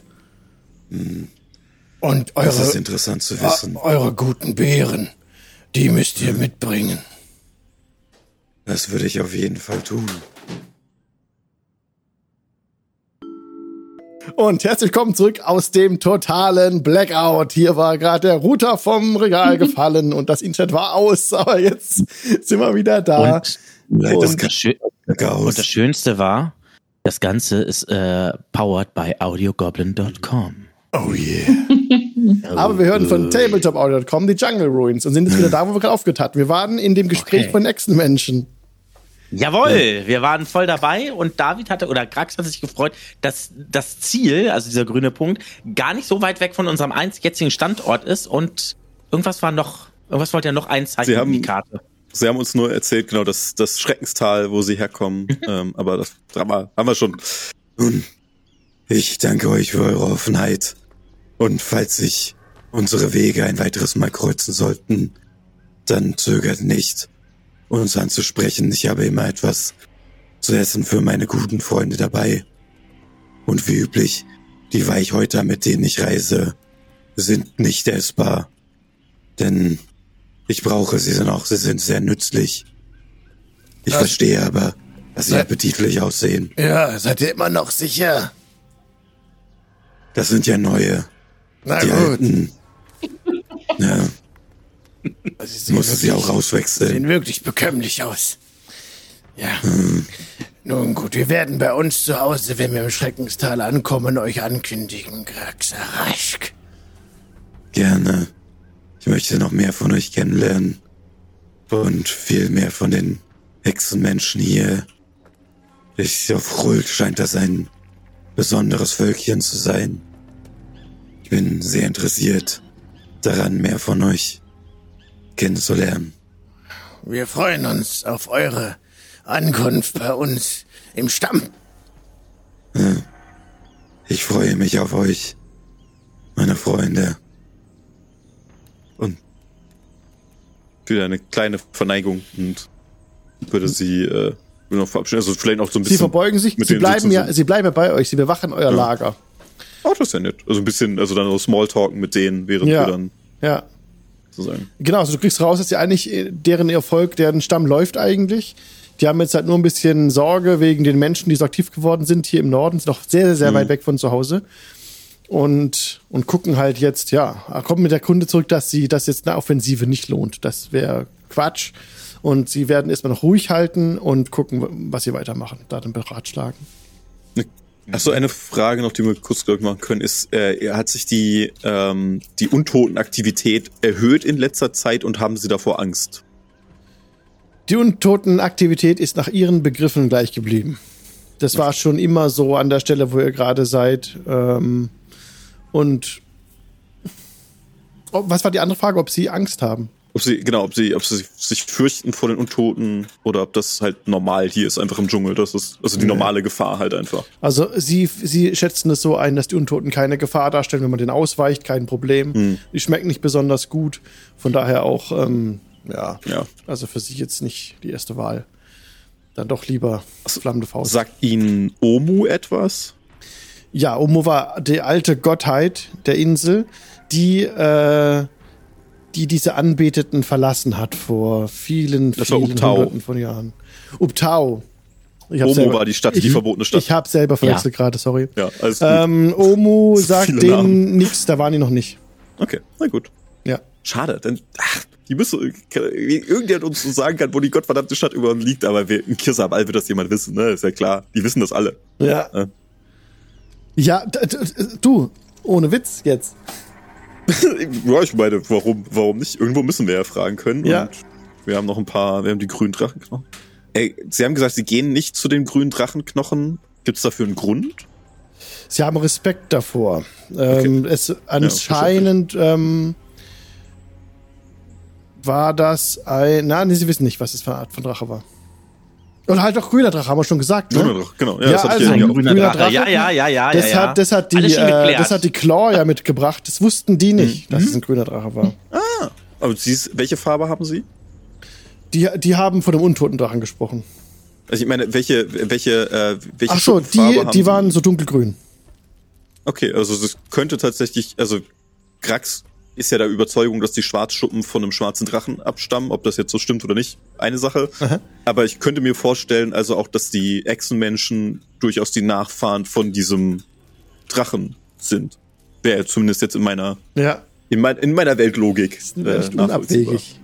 Und das ist interessant zu wissen. Eure guten Beeren, die müsst ihr mitbringen. Das würde ich auf jeden Fall tun. Und herzlich willkommen zurück aus dem totalen Blackout. Hier war gerade der Router vom Regal gefallen und das Internet war aus, aber jetzt sind wir wieder da. Und das Schönste war, das Ganze ist powered by audiogoblin.com. Oh yeah. Aber wir hören von tabletopaudio.com die Jungle Ruins und sind jetzt wieder da, wo wir gerade aufgehört hatten. Wir waren in dem Gespräch von Echsenmenschen. Jawohl, wir waren voll dabei und Krax hat sich gefreut, dass das Ziel, also dieser grüne Punkt, gar nicht so weit weg von unserem jetzigen Standort ist und irgendwas wollte er noch einzeichnen in die Karte. Sie haben uns nur erzählt, genau, das Schreckenstal, wo sie herkommen, aber das Drama haben wir schon. Nun, ich danke euch für eure Offenheit und falls sich unsere Wege ein weiteres Mal kreuzen sollten, dann zögert nicht, uns anzusprechen. Ich habe immer etwas zu essen für meine guten Freunde dabei. Und wie üblich, die Weichhäuter, mit denen ich reise, sind nicht essbar. Denn ich brauche sie sie sind sehr nützlich. Ich verstehe aber, dass sie appetitlich aussehen. Ja, seid ihr immer noch sicher? Das sind ja neue. Na die gut. Alten. Ja. Musste sie auch rauswechseln. Sehen wirklich bekömmlich aus. Ja. Nun gut, wir werden bei uns zu Hause, wenn wir im Schreckenstal ankommen, euch ankündigen, Graxaraschk. Gerne. Ich möchte noch mehr von euch kennenlernen. Und viel mehr von den Hexenmenschen hier. Auf Rult scheint das ein besonderes Völkchen zu sein. Ich bin sehr interessiert daran, mehr von euch kennenzulernen. Wir freuen uns auf eure Ankunft bei uns im Stamm. Ich freue mich auf euch, meine Freunde. Und wieder eine kleine Verneigung und würde sie noch verabschieden. Also vielleicht auch so ein bisschen. Sie verbeugen sich, sie bleiben ja bei euch, sie bewachen euer Lager. Oh, das ist ja nett. Also ein bisschen, also dann so Smalltalken mit denen, während wir dann sozusagen. Genau, also du kriegst raus, dass ja eigentlich deren Erfolg, deren Stamm läuft eigentlich. Die haben jetzt halt nur ein bisschen Sorge wegen den Menschen, die so aktiv geworden sind hier im Norden, sind noch sehr, sehr weit weg von zu Hause. Und gucken halt jetzt, kommen mit der Kunde zurück, dass jetzt eine Offensive nicht lohnt. Das wäre Quatsch. Und sie werden erstmal noch ruhig halten und gucken, was sie weitermachen, da dann beratschlagen. Achso, eine Frage noch, die wir kurz machen können, ist, hat sich die Untotenaktivität erhöht in letzter Zeit und haben sie davor Angst? Die Untotenaktivität ist nach ihren Begriffen gleich geblieben. Das war schon immer so an der Stelle, wo ihr gerade seid. Und was war die andere Frage? Ob sie Angst haben? Ob sie sich fürchten vor den Untoten oder ob das halt normal hier ist, einfach im Dschungel. Das ist also die normale Gefahr halt einfach. Also sie schätzen es so ein, dass die Untoten keine Gefahr darstellen, wenn man denen ausweicht, kein Problem. Die schmecken nicht besonders gut. Von daher auch, also für sie jetzt nicht die erste Wahl. Dann doch lieber flammende Faust. Sagt Ihnen Omu etwas? Ja, Omu war die alte Gottheit der Insel, die diese Anbeteten verlassen hat vor vielen Hunderten von Jahren. Ubtao. Omu war die Stadt, die verbotene Stadt. Ich habe selber verwechselt gerade, sorry. Ja, alles gut. Omu sagt denen nichts, da waren die noch nicht. Okay, na gut. Ja. Schade, denn die müssen, irgendjemand uns so sagen kann, wo die gottverdammte Stadt überhaupt liegt, aber in Kirsabal wird das jemand wissen, ne? Ist ja klar. Die wissen das alle. Ja. Ja, du, ohne Witz jetzt. Ja, ich meine, warum nicht? Irgendwo müssen wir ja fragen können. Ja. Und wir haben die grünen Drachenknochen. Sie haben gesagt, Sie gehen nicht zu den grünen Drachenknochen. Gibt es dafür einen Grund? Sie haben Respekt davor. Okay. Es anscheinend war das Sie wissen nicht, was es für eine Art von Drache war. Oder halt auch grüner Drache, haben wir schon gesagt, ne? Grüner Drache, genau. Ja, das also ein grüner Drache. Ja. Das hat die Claw ja mitgebracht. Das wussten die nicht, dass es ein grüner Drache war. Ah, aber welche Farbe haben Sie? Die haben von dem untoten Drachen gesprochen. Also ich meine, welche Ach so, die waren so dunkelgrün. Okay, also es könnte tatsächlich, also Grax ist ja der Überzeugung, dass die Schwarzschuppen von einem schwarzen Drachen abstammen. Ob das jetzt so stimmt oder nicht, eine Sache. Aha. Aber ich könnte mir vorstellen, also auch, dass die Echsenmenschen durchaus die Nachfahren von diesem Drachen sind. Wäre zumindest jetzt in meiner Weltlogik. Nicht unabwegig.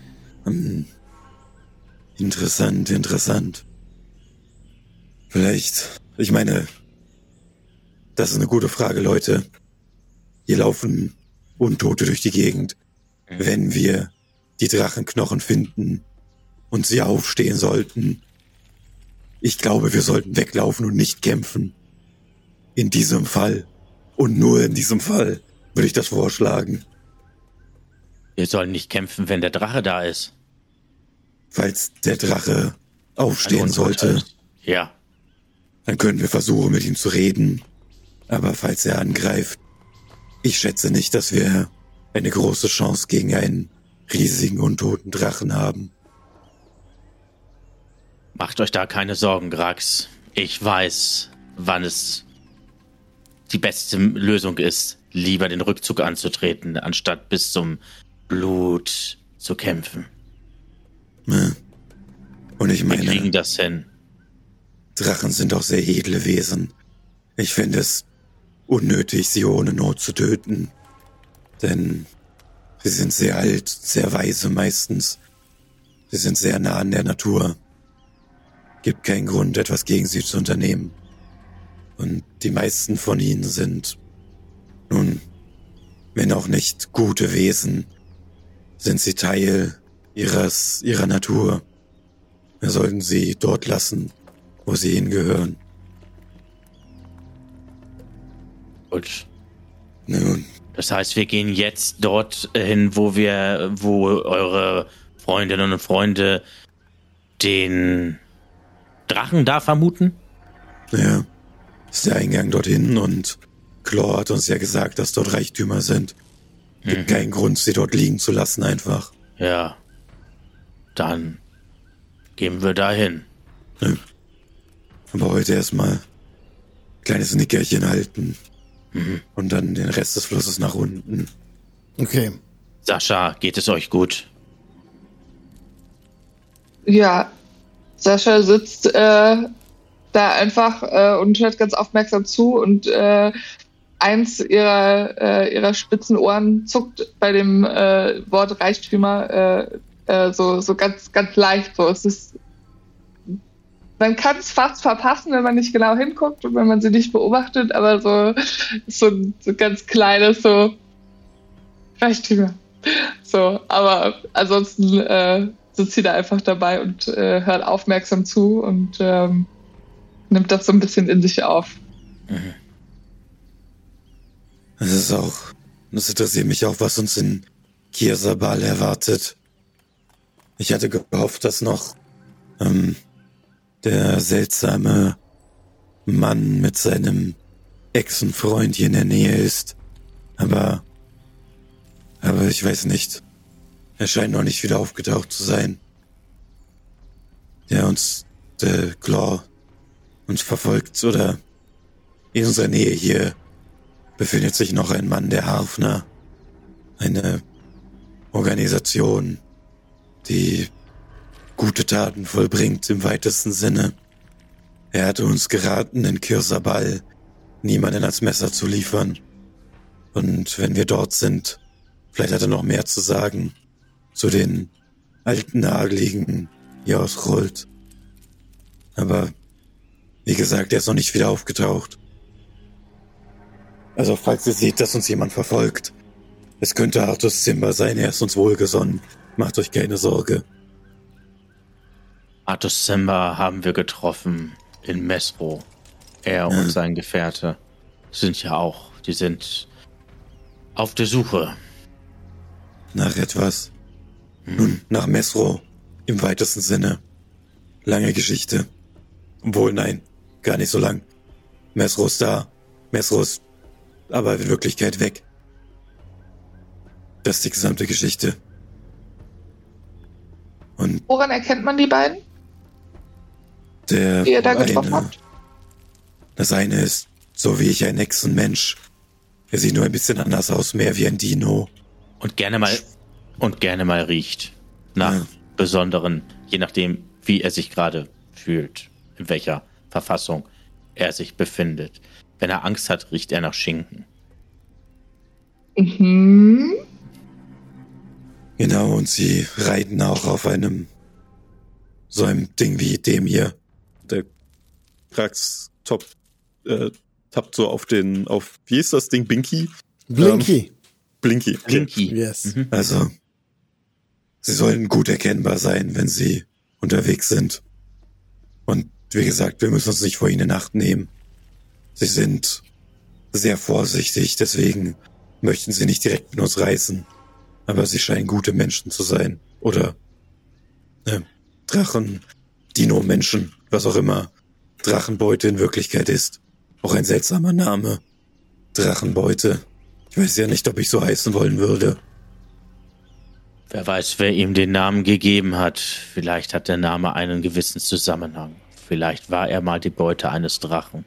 Interessant. Vielleicht, ich meine, das ist eine gute Frage, Leute. Hier laufen Untote durch die Gegend. Wenn wir die Drachenknochen finden und sie aufstehen sollten, ich glaube, wir sollten weglaufen und nicht kämpfen. In diesem Fall und nur in diesem Fall würde ich das vorschlagen. Wir sollen nicht kämpfen, wenn der Drache da ist. Falls der Drache aufstehen sollte, ja, dann können wir versuchen, mit ihm zu reden. Aber falls er angreift, ich schätze nicht, dass wir eine große Chance gegen einen riesigen, untoten Drachen haben. Macht euch da keine Sorgen, Grax. Ich weiß, wann es die beste Lösung ist, lieber den Rückzug anzutreten, anstatt bis zum Blut zu kämpfen. Und ich meine, wir kriegen das hin. Drachen sind auch sehr edle Wesen. Ich finde es unnötig, sie ohne Not zu töten. Denn sie sind sehr alt, sehr weise meistens. Sie sind sehr nah an der Natur. Gibt keinen Grund, etwas gegen sie zu unternehmen. Und die meisten von ihnen sind, nun, wenn auch nicht gute Wesen, sind sie Teil ihrer Natur. Wir sollten sie dort lassen, wo sie hingehören. Gut. Nun, Das heißt, wir gehen jetzt dorthin, wo eure Freundinnen und Freunde den Drachen da vermuten? ja, ist der Eingang dorthin und Claw hat uns ja gesagt, dass dort Reichtümer sind. Gibt keinen Grund, sie dort liegen zu lassen einfach. Ja. Dann gehen wir dahin. Ja. Aber heute erstmal kleines Nickerchen halten. Und dann den Rest des Flusses nach unten. Okay. Sascha, geht es euch gut? Ja, Sascha sitzt da einfach und hört ganz aufmerksam zu und eins ihrer spitzen Ohren zuckt bei dem Wort Reichtümer so ganz, ganz leicht. So. Es ist, man kann es fast verpassen, wenn man nicht genau hinguckt und wenn man sie nicht beobachtet, aber so ganz kleines so Reichtümer. So, aber ansonsten sitzt sie da einfach dabei und hört aufmerksam zu und nimmt das so ein bisschen in sich auf. Das interessiert mich auch, was uns in Kirsabal erwartet. Ich hatte gehofft, dass noch der seltsame Mann mit seinem Echsenfreund hier in der Nähe ist. Aber ich weiß nicht. Er scheint noch nicht wieder aufgetaucht zu sein. Der Claw uns verfolgt, oder in unserer Nähe hier befindet sich noch ein Mann der Harfner. Eine Organisation, die gute Taten vollbringt im weitesten Sinne. Er hatte uns geraten, in Kirsabal niemanden als Messer zu liefern. Und wenn wir dort sind, vielleicht hat er noch mehr zu sagen zu den alten Adligen hier aus Rold. Aber wie gesagt, er ist noch nicht wieder aufgetaucht. Also falls ihr seht, dass uns jemand verfolgt, es könnte Artus Zimba sein, er ist uns wohlgesonnen. Macht euch keine Sorge. Artus Zimba haben wir getroffen in Mesro. Er und sein Gefährte sind ja auch, die sind auf der Suche. Nach etwas? Nun, nach Mesro, im weitesten Sinne. Lange Geschichte. Obwohl, nein, gar nicht so lang. Mesro ist da. Mesro ist aber in Wirklichkeit weg. Das ist die gesamte Geschichte. Und Woran erkennt man die beiden, der die ihr da getroffen habt? Das eine ist so wie ich, ein Echsenmensch. Er sieht nur ein bisschen anders aus, mehr wie ein Dino. Und gerne mal riecht. Nach besonderen, je nachdem, wie er sich gerade fühlt, in welcher Verfassung er sich befindet. Wenn er Angst hat, riecht er nach Schinken. Mhm. Genau, und sie reiten auch auf so einem Ding wie dem hier. Der Krax tappt so auf, wie ist das Ding, Binky? Blinky. Blinky. Blinky. Yes. Also, sie sollen gut erkennbar sein, wenn sie unterwegs sind. Und wie gesagt, wir müssen uns nicht vor ihnen in Acht nehmen. Sie sind sehr vorsichtig, deswegen möchten sie nicht direkt mit uns reißen. Aber sie scheinen gute Menschen zu sein. Oder Drachen, Dino-Menschen, was auch immer Drachenbeute in Wirklichkeit ist. Auch ein seltsamer Name. Drachenbeute. Ich weiß ja nicht, ob ich so heißen wollen würde. Wer weiß, wer ihm den Namen gegeben hat. Vielleicht hat der Name einen gewissen Zusammenhang. Vielleicht war er mal die Beute eines Drachen.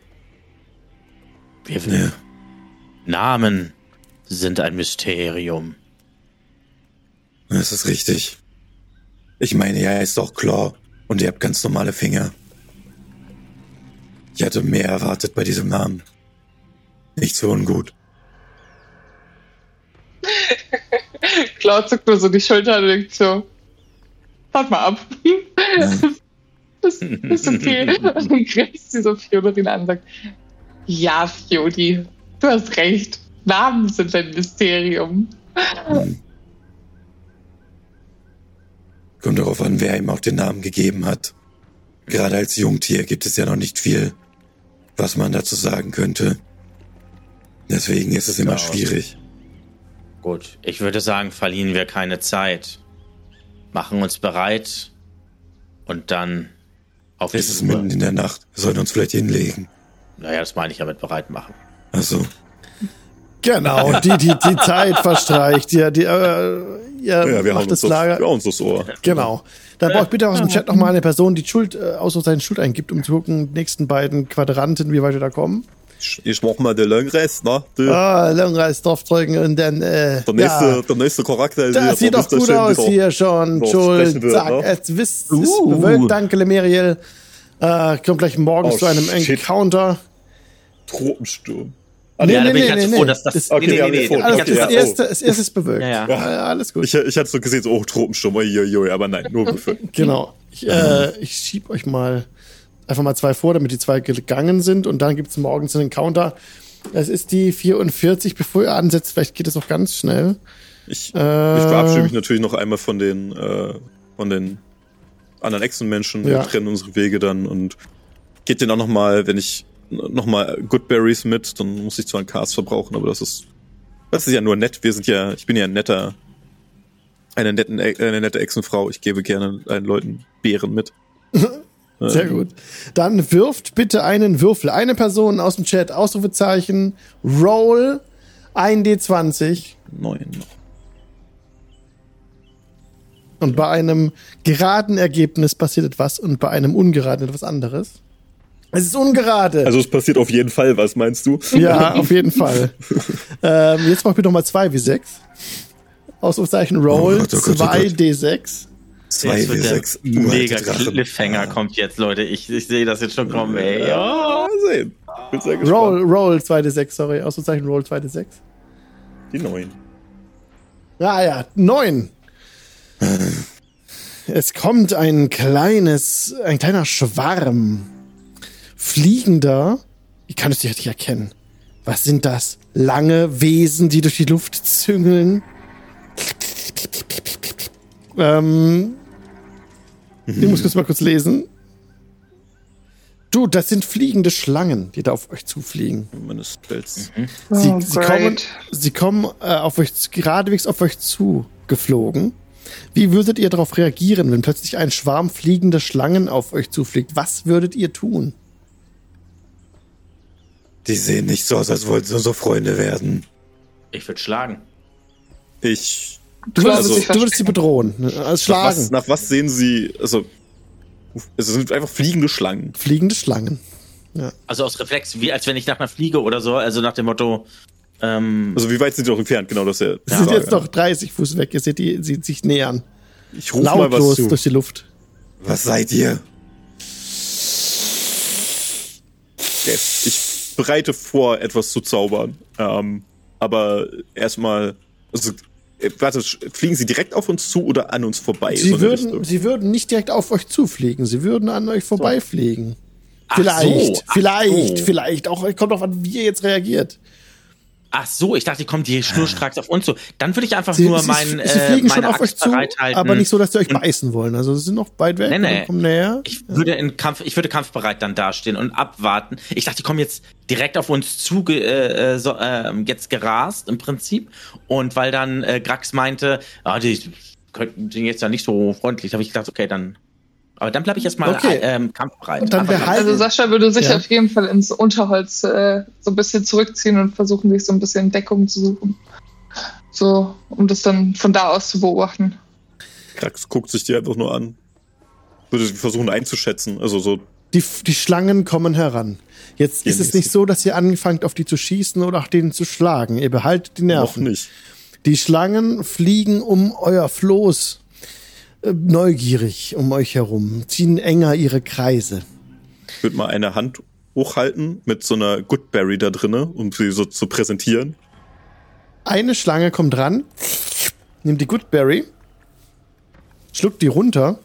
Namen sind ein Mysterium. Das ist richtig. Ich meine, er heißt auch Claw und ihr habt ganz normale Finger. Ich hatte mehr erwartet bei diesem Namen. Nicht so ungut. Claude zuckt nur so die Schulter und denkt so, warte mal ab. Das ist okay. Und dann grinst sie so Fiodorin an und sagt, ja, Fiodi, du hast recht. Namen sind ein Mysterium. Kommt darauf an, wer ihm auch den Namen gegeben hat. Gerade als Jungtier gibt es ja noch nicht viel, was man dazu sagen könnte. Deswegen ist es immer schwierig. Gut, ich würde sagen, verlieren wir keine Zeit. Machen uns bereit und dann auf die Es ist Suche. mitten in der Nacht. Wir sollten uns vielleicht hinlegen. Naja, das meine ich ja mit bereit machen. Also, Genau, die Zeit verstreicht. Wir Wir hauen uns das Ohr. Genau. Dann brauche ich bitte aus dem Chat nochmal eine Person, die Ausrufezeichen Schuld eingibt, um zu gucken, die nächsten beiden Quadranten, wie weit wir da kommen. Ich mach mal den Longrest, ne? Langreis draufdrücken und dann, Der nächste Charakter ist das sieht doch gut aus hier schon. Schuld, zack, es ist bewölkt, danke, Lemeriel. Kommt gleich morgens zu einem Encounter. Tropensturm. Da bin ich ganz froh, dass das... Okay, Das erste ist bewölkt. Ja. Alles gut. Ich hatte so gesehen, so, Tropensturm, aber nein, nur Würfel. Genau. Ich schieb euch einfach mal 2 vor, damit die 2 gegangen sind und dann gibt's morgens einen Encounter. Es ist die 44, bevor ihr ansetzt, vielleicht geht es auch ganz schnell. Ich verabschiede mich natürlich noch einmal von den anderen Echsenmenschen. Wir trennen unsere Wege dann und geht denen auch nochmal, wenn ich nochmal Goodberries mit, dann muss ich zwar einen Cast verbrauchen, aber das ist ja nur nett. Ich bin ja eine nette Echsenfrau. Ich gebe gerne allen Leuten Beeren mit. Sehr gut. Dann wirft bitte einen Würfel. Eine Person aus dem Chat, Ausrufezeichen, Roll, 1d20. 9. Und bei einem geraden Ergebnis passiert etwas und bei einem ungeraden etwas anderes. Es ist ungerade. Also es passiert auf jeden Fall was, meinst du? Ja, auf jeden Fall. Jetzt mach ich bitte nochmal 2w6. Ausrufezeichen Roll, 2d6. 2w6. Mega Cliffhanger kommt jetzt, Leute. Ich sehe das jetzt schon kommen, ey. Ja, mal sehen. Bin sehr gespannt. Roll 2d6, sorry. Ausrufezeichen Roll 2d6. Die 9. Ja, 9. Es kommt ein kleiner Schwarm fliegender, ich kann es nicht erkennen. Was sind das? Lange Wesen, die durch die Luft züngeln. Ich muss das mal kurz lesen. Du, das sind fliegende Schlangen, die da auf euch zufliegen. Meines Spells. Sie kommen auf euch geradewegs auf euch zugeflogen. Wie würdet ihr darauf reagieren, wenn plötzlich ein Schwarm fliegender Schlangen auf euch zufliegt? Was würdet ihr tun? Die sehen nicht so aus, als wollten sie unsere Freunde werden. Ich würde schlagen. Du würdest sie bedrohen. Also schlagen. Nach was sehen sie? Also, es sind einfach fliegende Schlangen. Fliegende Schlangen. Ja. Also aus Reflex, wie als wenn ich nach einer Fliege oder so, also nach dem Motto, Also wie weit sind die noch entfernt? Genau, das ist ja. Sie sind jetzt noch 30 Fuß weg. Ihr seht die sich nähern. Ich rufe mal was Lautlos zu. durch die Luft. Was seid ihr? Okay. Ich bereite vor, etwas zu zaubern. Aber erstmal, also, warte, fliegen sie direkt auf uns zu oder an uns vorbei? Sie würden nicht direkt auf euch zufliegen. Sie würden an euch vorbeifliegen. Vielleicht. Auch kommt drauf an, wie ihr jetzt reagiert. Ach so, ich dachte, die kommen die schnurstracks auf uns zu. Dann würde ich einfach Sie fliegen schon auf euch zu, aber nicht so, dass sie euch beißen wollen. Also sie sind noch weit weg und kommen näher. Ich würde kampfbereit dann dastehen und abwarten. Ich dachte, die kommen jetzt direkt auf uns zu, jetzt gerast im Prinzip. Und weil dann Grax meinte, die sind jetzt ja nicht so freundlich, habe ich gedacht, okay, dann. Aber dann bleibe ich erstmal kampfbereit. Und dann also Sascha würde sich auf jeden Fall ins Unterholz so ein bisschen zurückziehen und versuchen, sich so ein bisschen Deckung zu suchen. So, um das dann von da aus zu beobachten. Krax guckt sich die einfach nur an. Würde versuchen einzuschätzen. Also so. Die Schlangen kommen heran. Jetzt ist es nicht so, dass ihr anfangt, auf die zu schießen oder auch denen zu schlagen. Ihr behaltet die Nerven. Noch nicht. Die Schlangen fliegen um euer Floß neugierig um euch herum, ziehen enger ihre Kreise. Ich würde mal eine Hand hochhalten mit so einer Goodberry da drinne, um sie so zu präsentieren. Eine Schlange kommt ran, nimmt die Goodberry, schluckt die runter,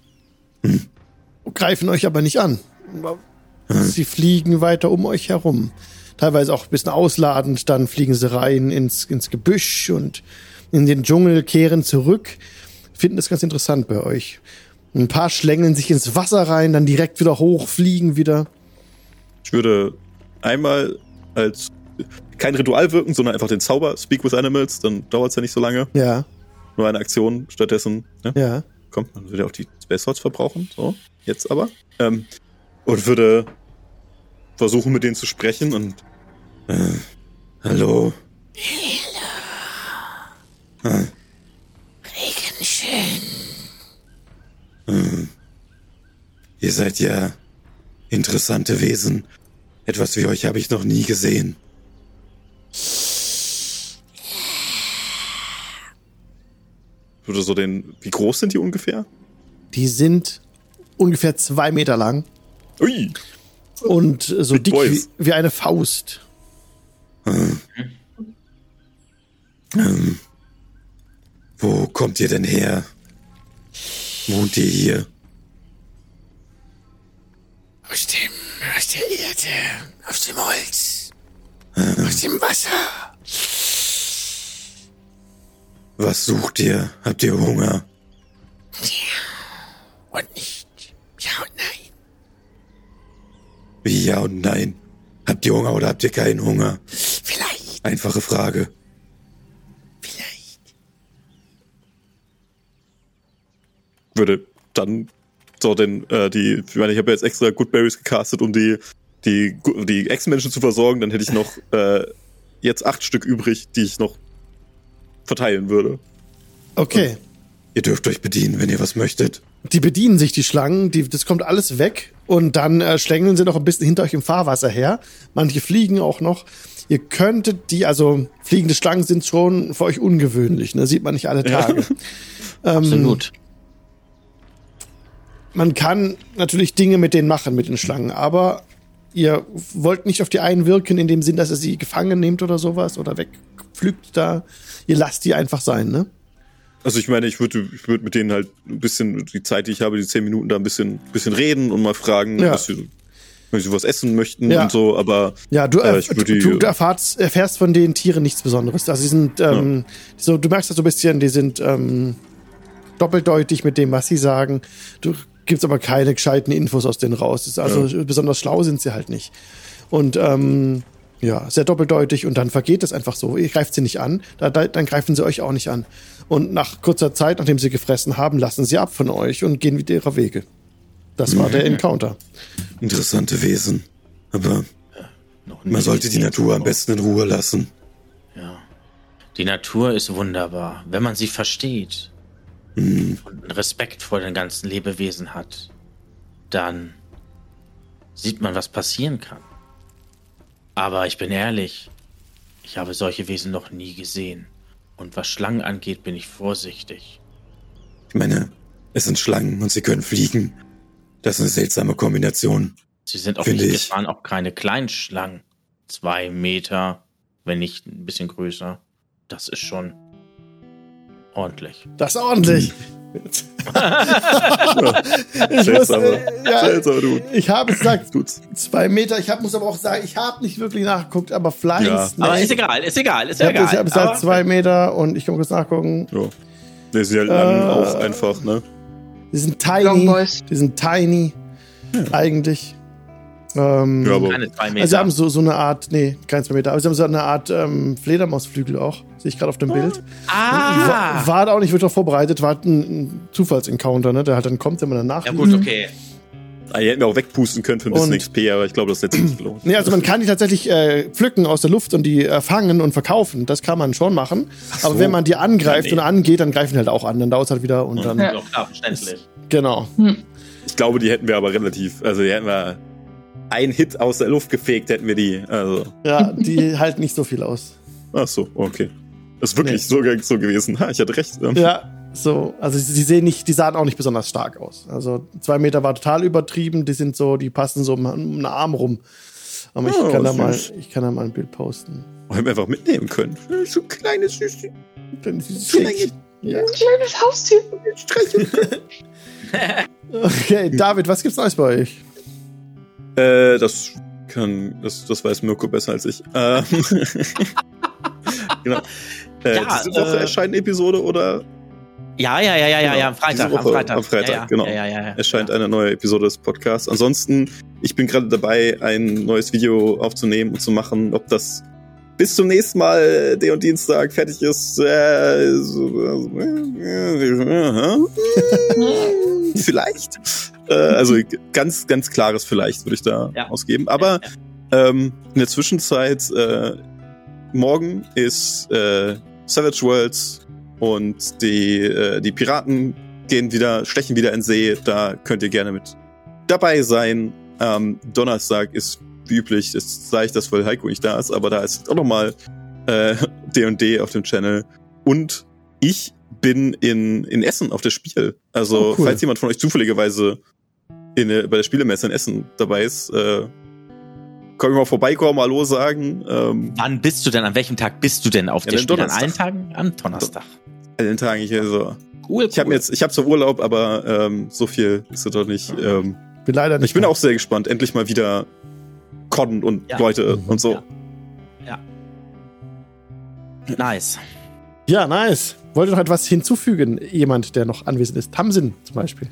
greifen euch aber nicht an. Sie fliegen weiter um euch herum. Teilweise auch ein bisschen ausladend, dann fliegen sie rein ins Gebüsch und in den Dschungel, kehren zurück. Finden das ganz interessant bei euch. Ein paar schlängeln sich ins Wasser rein, dann direkt wieder hoch, fliegen wieder. Ich würde einmal als kein Ritual wirken, sondern einfach den Zauber Speak with Animals, dann dauert es ja nicht so lange. Ja. Nur eine Aktion stattdessen. Ne? Ja. Komm, man würde auch die Space Swords verbrauchen. So, jetzt aber. Und würde versuchen, mit denen zu sprechen und Hallo. Ihr seid ja interessante Wesen. Etwas wie euch habe ich noch nie gesehen. würde so wie groß sind die ungefähr? Die sind ungefähr 2 Meter lang. Ui. Und so Big dick Boys. wie eine Faust. Wo kommt ihr denn her? Wohnt ihr hier? Aus der Erde, aus dem Holz, aus dem Wasser. Was sucht ihr? Habt ihr Hunger? Ja und nicht. Ja und nein. Wie ja und nein? Habt ihr Hunger oder habt ihr keinen Hunger? Vielleicht. Einfache Frage. Vielleicht. Würde dann so ich meine, ich habe ja jetzt extra Goodberries gecastet, um die Ex-Menschen zu versorgen, dann hätte ich noch jetzt 8 Stück übrig, die ich noch verteilen würde. Okay. Ihr dürft euch bedienen, wenn ihr was möchtet. Die bedienen sich, die Schlangen, das kommt alles weg und dann schlängeln sie noch ein bisschen hinter euch im Fahrwasser her. Manche fliegen auch noch. Ihr könntet fliegende Schlangen sind schon für euch ungewöhnlich, ne? Sieht man nicht alle Tage. Ja. Absolut. Man kann natürlich Dinge mit denen machen, mit den Schlangen, aber ihr wollt nicht auf die einwirken in dem Sinn, dass ihr sie gefangen nehmt oder sowas oder wegpflügt da. Ihr lasst die einfach sein, ne? Also ich meine, ich würde mit denen halt ein bisschen, die Zeit, die ich habe, die 10 Minuten da ein bisschen reden und mal fragen, Ja. wenn sie was essen möchten Ja. und so, aber Ja, du ich erfährst von den Tieren nichts Besonderes. Also sie sind, du merkst das so ein bisschen, die sind doppeldeutig mit dem, was sie sagen. Du gibst aber keine gescheiten Infos aus denen raus. Besonders schlau sind sie halt nicht. Und sehr doppeldeutig und dann vergeht es einfach so. Ihr greift sie nicht an, dann greifen sie euch auch nicht an. Und nach kurzer Zeit, nachdem sie gefressen haben, lassen sie ab von euch und gehen wieder ihrer Wege. Das war der Encounter. Interessante Wesen. Aber man sollte die Natur am besten in Ruhe lassen. Ja. Die Natur ist wunderbar, wenn man sie versteht und Respekt vor den ganzen Lebewesen hat, dann sieht man, was passieren kann. Aber ich bin ehrlich, Ich habe solche Wesen noch nie gesehen. Und was Schlangen angeht, bin ich vorsichtig. Ich meine, es sind Schlangen und sie können fliegen. Das ist eine seltsame Kombination. Sie sind auf mich gefahren, auch keine kleinen Schlangen. 2 Meter, wenn nicht ein bisschen größer. Das ist schon ordentlich. Das ist ordentlich. Seltsam, du. Ich habe gesagt, 2 Meter. Ich muss aber auch sagen, ich habe nicht wirklich nachgeguckt, aber vielleicht. Ja. Aber ist egal. Ich habe gesagt 2 Meter und ich kann kurz nachgucken. Ja. Die sind halt lang auch einfach, ne? Die sind tiny. Eigentlich. aber keine 2 Meter. Also sie haben so eine Art, keine 2 Meter, aber sie haben so eine Art Fledermausflügel auch. Sehe ich gerade auf dem Bild. War da auch nicht wirklich darauf vorbereitet, war halt ein Zufallsencounter, ne? Der halt dann kommt, wenn man danach. Ja gut, okay. Die hätten wir auch wegpusten können für ein bisschen XP, aber ich glaube, das hätte nicht gelohnt. Nee, also man kann die tatsächlich pflücken aus der Luft und die fangen und verkaufen. Das kann man schon machen. So. Aber wenn man die angreift und angeht, dann greifen die halt auch an. Dann dauert es halt wieder und dann. Ja, klar, verständlich. Genau. Ich glaube, die hätten wir aber relativ, also die hätten wir ein Hit aus der Luft gefegt, hätten wir die. Also. Ja, die halten nicht so viel aus. Ach so, okay. Das ist wirklich so gewesen. Ha, ich hatte recht. Ja, so. Also die sahen auch nicht besonders stark aus. Also 2 Meter war total übertrieben. Die passen so um einen Arm rum. Aber ich kann da mal ein Bild posten. Hätten wir einfach mitnehmen können. So ein kleines Süßchen. Ein kleines Haustier. Okay, David, was gibt's Neues bei euch? Das weiß Mirko besser als ich. Genau. Diese Woche erscheint eine Episode, oder? Ja, am Freitag. Am Freitag, genau. Erscheint eine neue Episode des Podcasts. Ansonsten, ich bin gerade dabei, ein neues Video aufzunehmen und zu machen, ob das bis zum nächsten Mal, und Dienstag, fertig ist. Vielleicht. Also ganz, ganz klares Vielleicht würde ich da ausgeben. Aber in der Zwischenzeit, morgen ist Savage Worlds und die Piraten stechen wieder in See. Da könnt ihr gerne mit dabei sein. Donnerstag ist wie üblich, jetzt sage ich das, weil Heiko nicht da ist, aber da ist auch nochmal D&D auf dem Channel. Und ich bin in Essen auf das Spiel. Also, falls jemand von euch zufälligerweise bei der Spielemesse in Essen dabei ist, kann ich mal vorbeikommen, Hallo sagen. Wann bist du denn? An welchem Tag bist du denn auf der Spiel? An allen Tagen? Am Donnerstag. An den Tagen, Cool. Ich habe zwar Urlaub, aber so viel ist es doch nicht. Bin leider nicht. Ich bin auch sehr gespannt. Endlich mal wieder Con und Leute und so. Ja. Nice. Ja, nice. Wollt ihr noch etwas hinzufügen? Jemand, der noch anwesend ist? Tamsin zum Beispiel.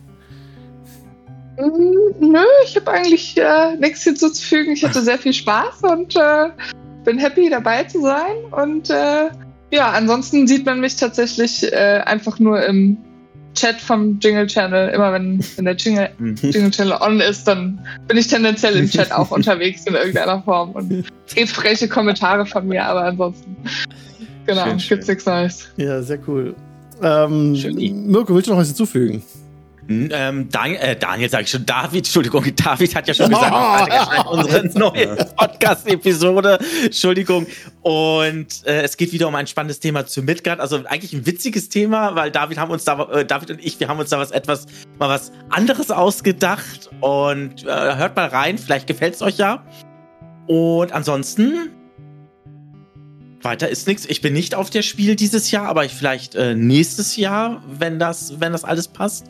Nö, ich habe eigentlich nichts hinzuzufügen. Ich hatte sehr viel Spaß und bin happy dabei zu sein. Und ansonsten sieht man mich tatsächlich einfach nur im Chat vom Jingle Channel. Immer wenn der Jingle Channel on ist, dann bin ich tendenziell im Chat auch unterwegs in irgendeiner Form. Und es gibt freche Kommentare von mir, aber ansonsten gibt's nichts Neues. Ja, sehr cool. Mirko, willst du noch was hinzufügen? Daniel sage ich schon, David hat ja schon gesagt, erscheint unsere neue Podcast-Episode, Entschuldigung, und es geht wieder um ein spannendes Thema zu Midgard, also eigentlich ein witziges Thema, weil David und ich, wir haben uns da was anderes ausgedacht und hört mal rein, vielleicht gefällt es euch ja. Und ansonsten weiter ist nichts. Ich bin nicht auf der Spiel dieses Jahr, aber vielleicht nächstes Jahr, wenn das alles passt.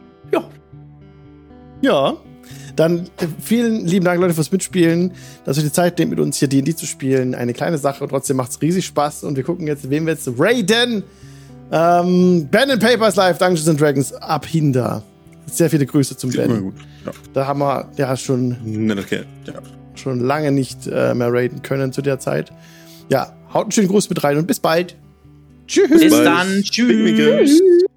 Ja, dann vielen lieben Dank, Leute, fürs Mitspielen, dass ihr die Zeit nehmt, mit uns hier D&D zu spielen. Eine kleine Sache und trotzdem macht es riesig Spaß. Und wir gucken jetzt, wen wir jetzt Raiden, Ben and Papers Live, Dungeons and Dragons, Abhinda. Sehr viele Grüße zum Ben. Gut. Ja. Da haben wir schon lange nicht mehr raiden können zu der Zeit. Ja, haut einen schönen Gruß mit rein und bis bald. Tschüss. Bis dann. Tschüss.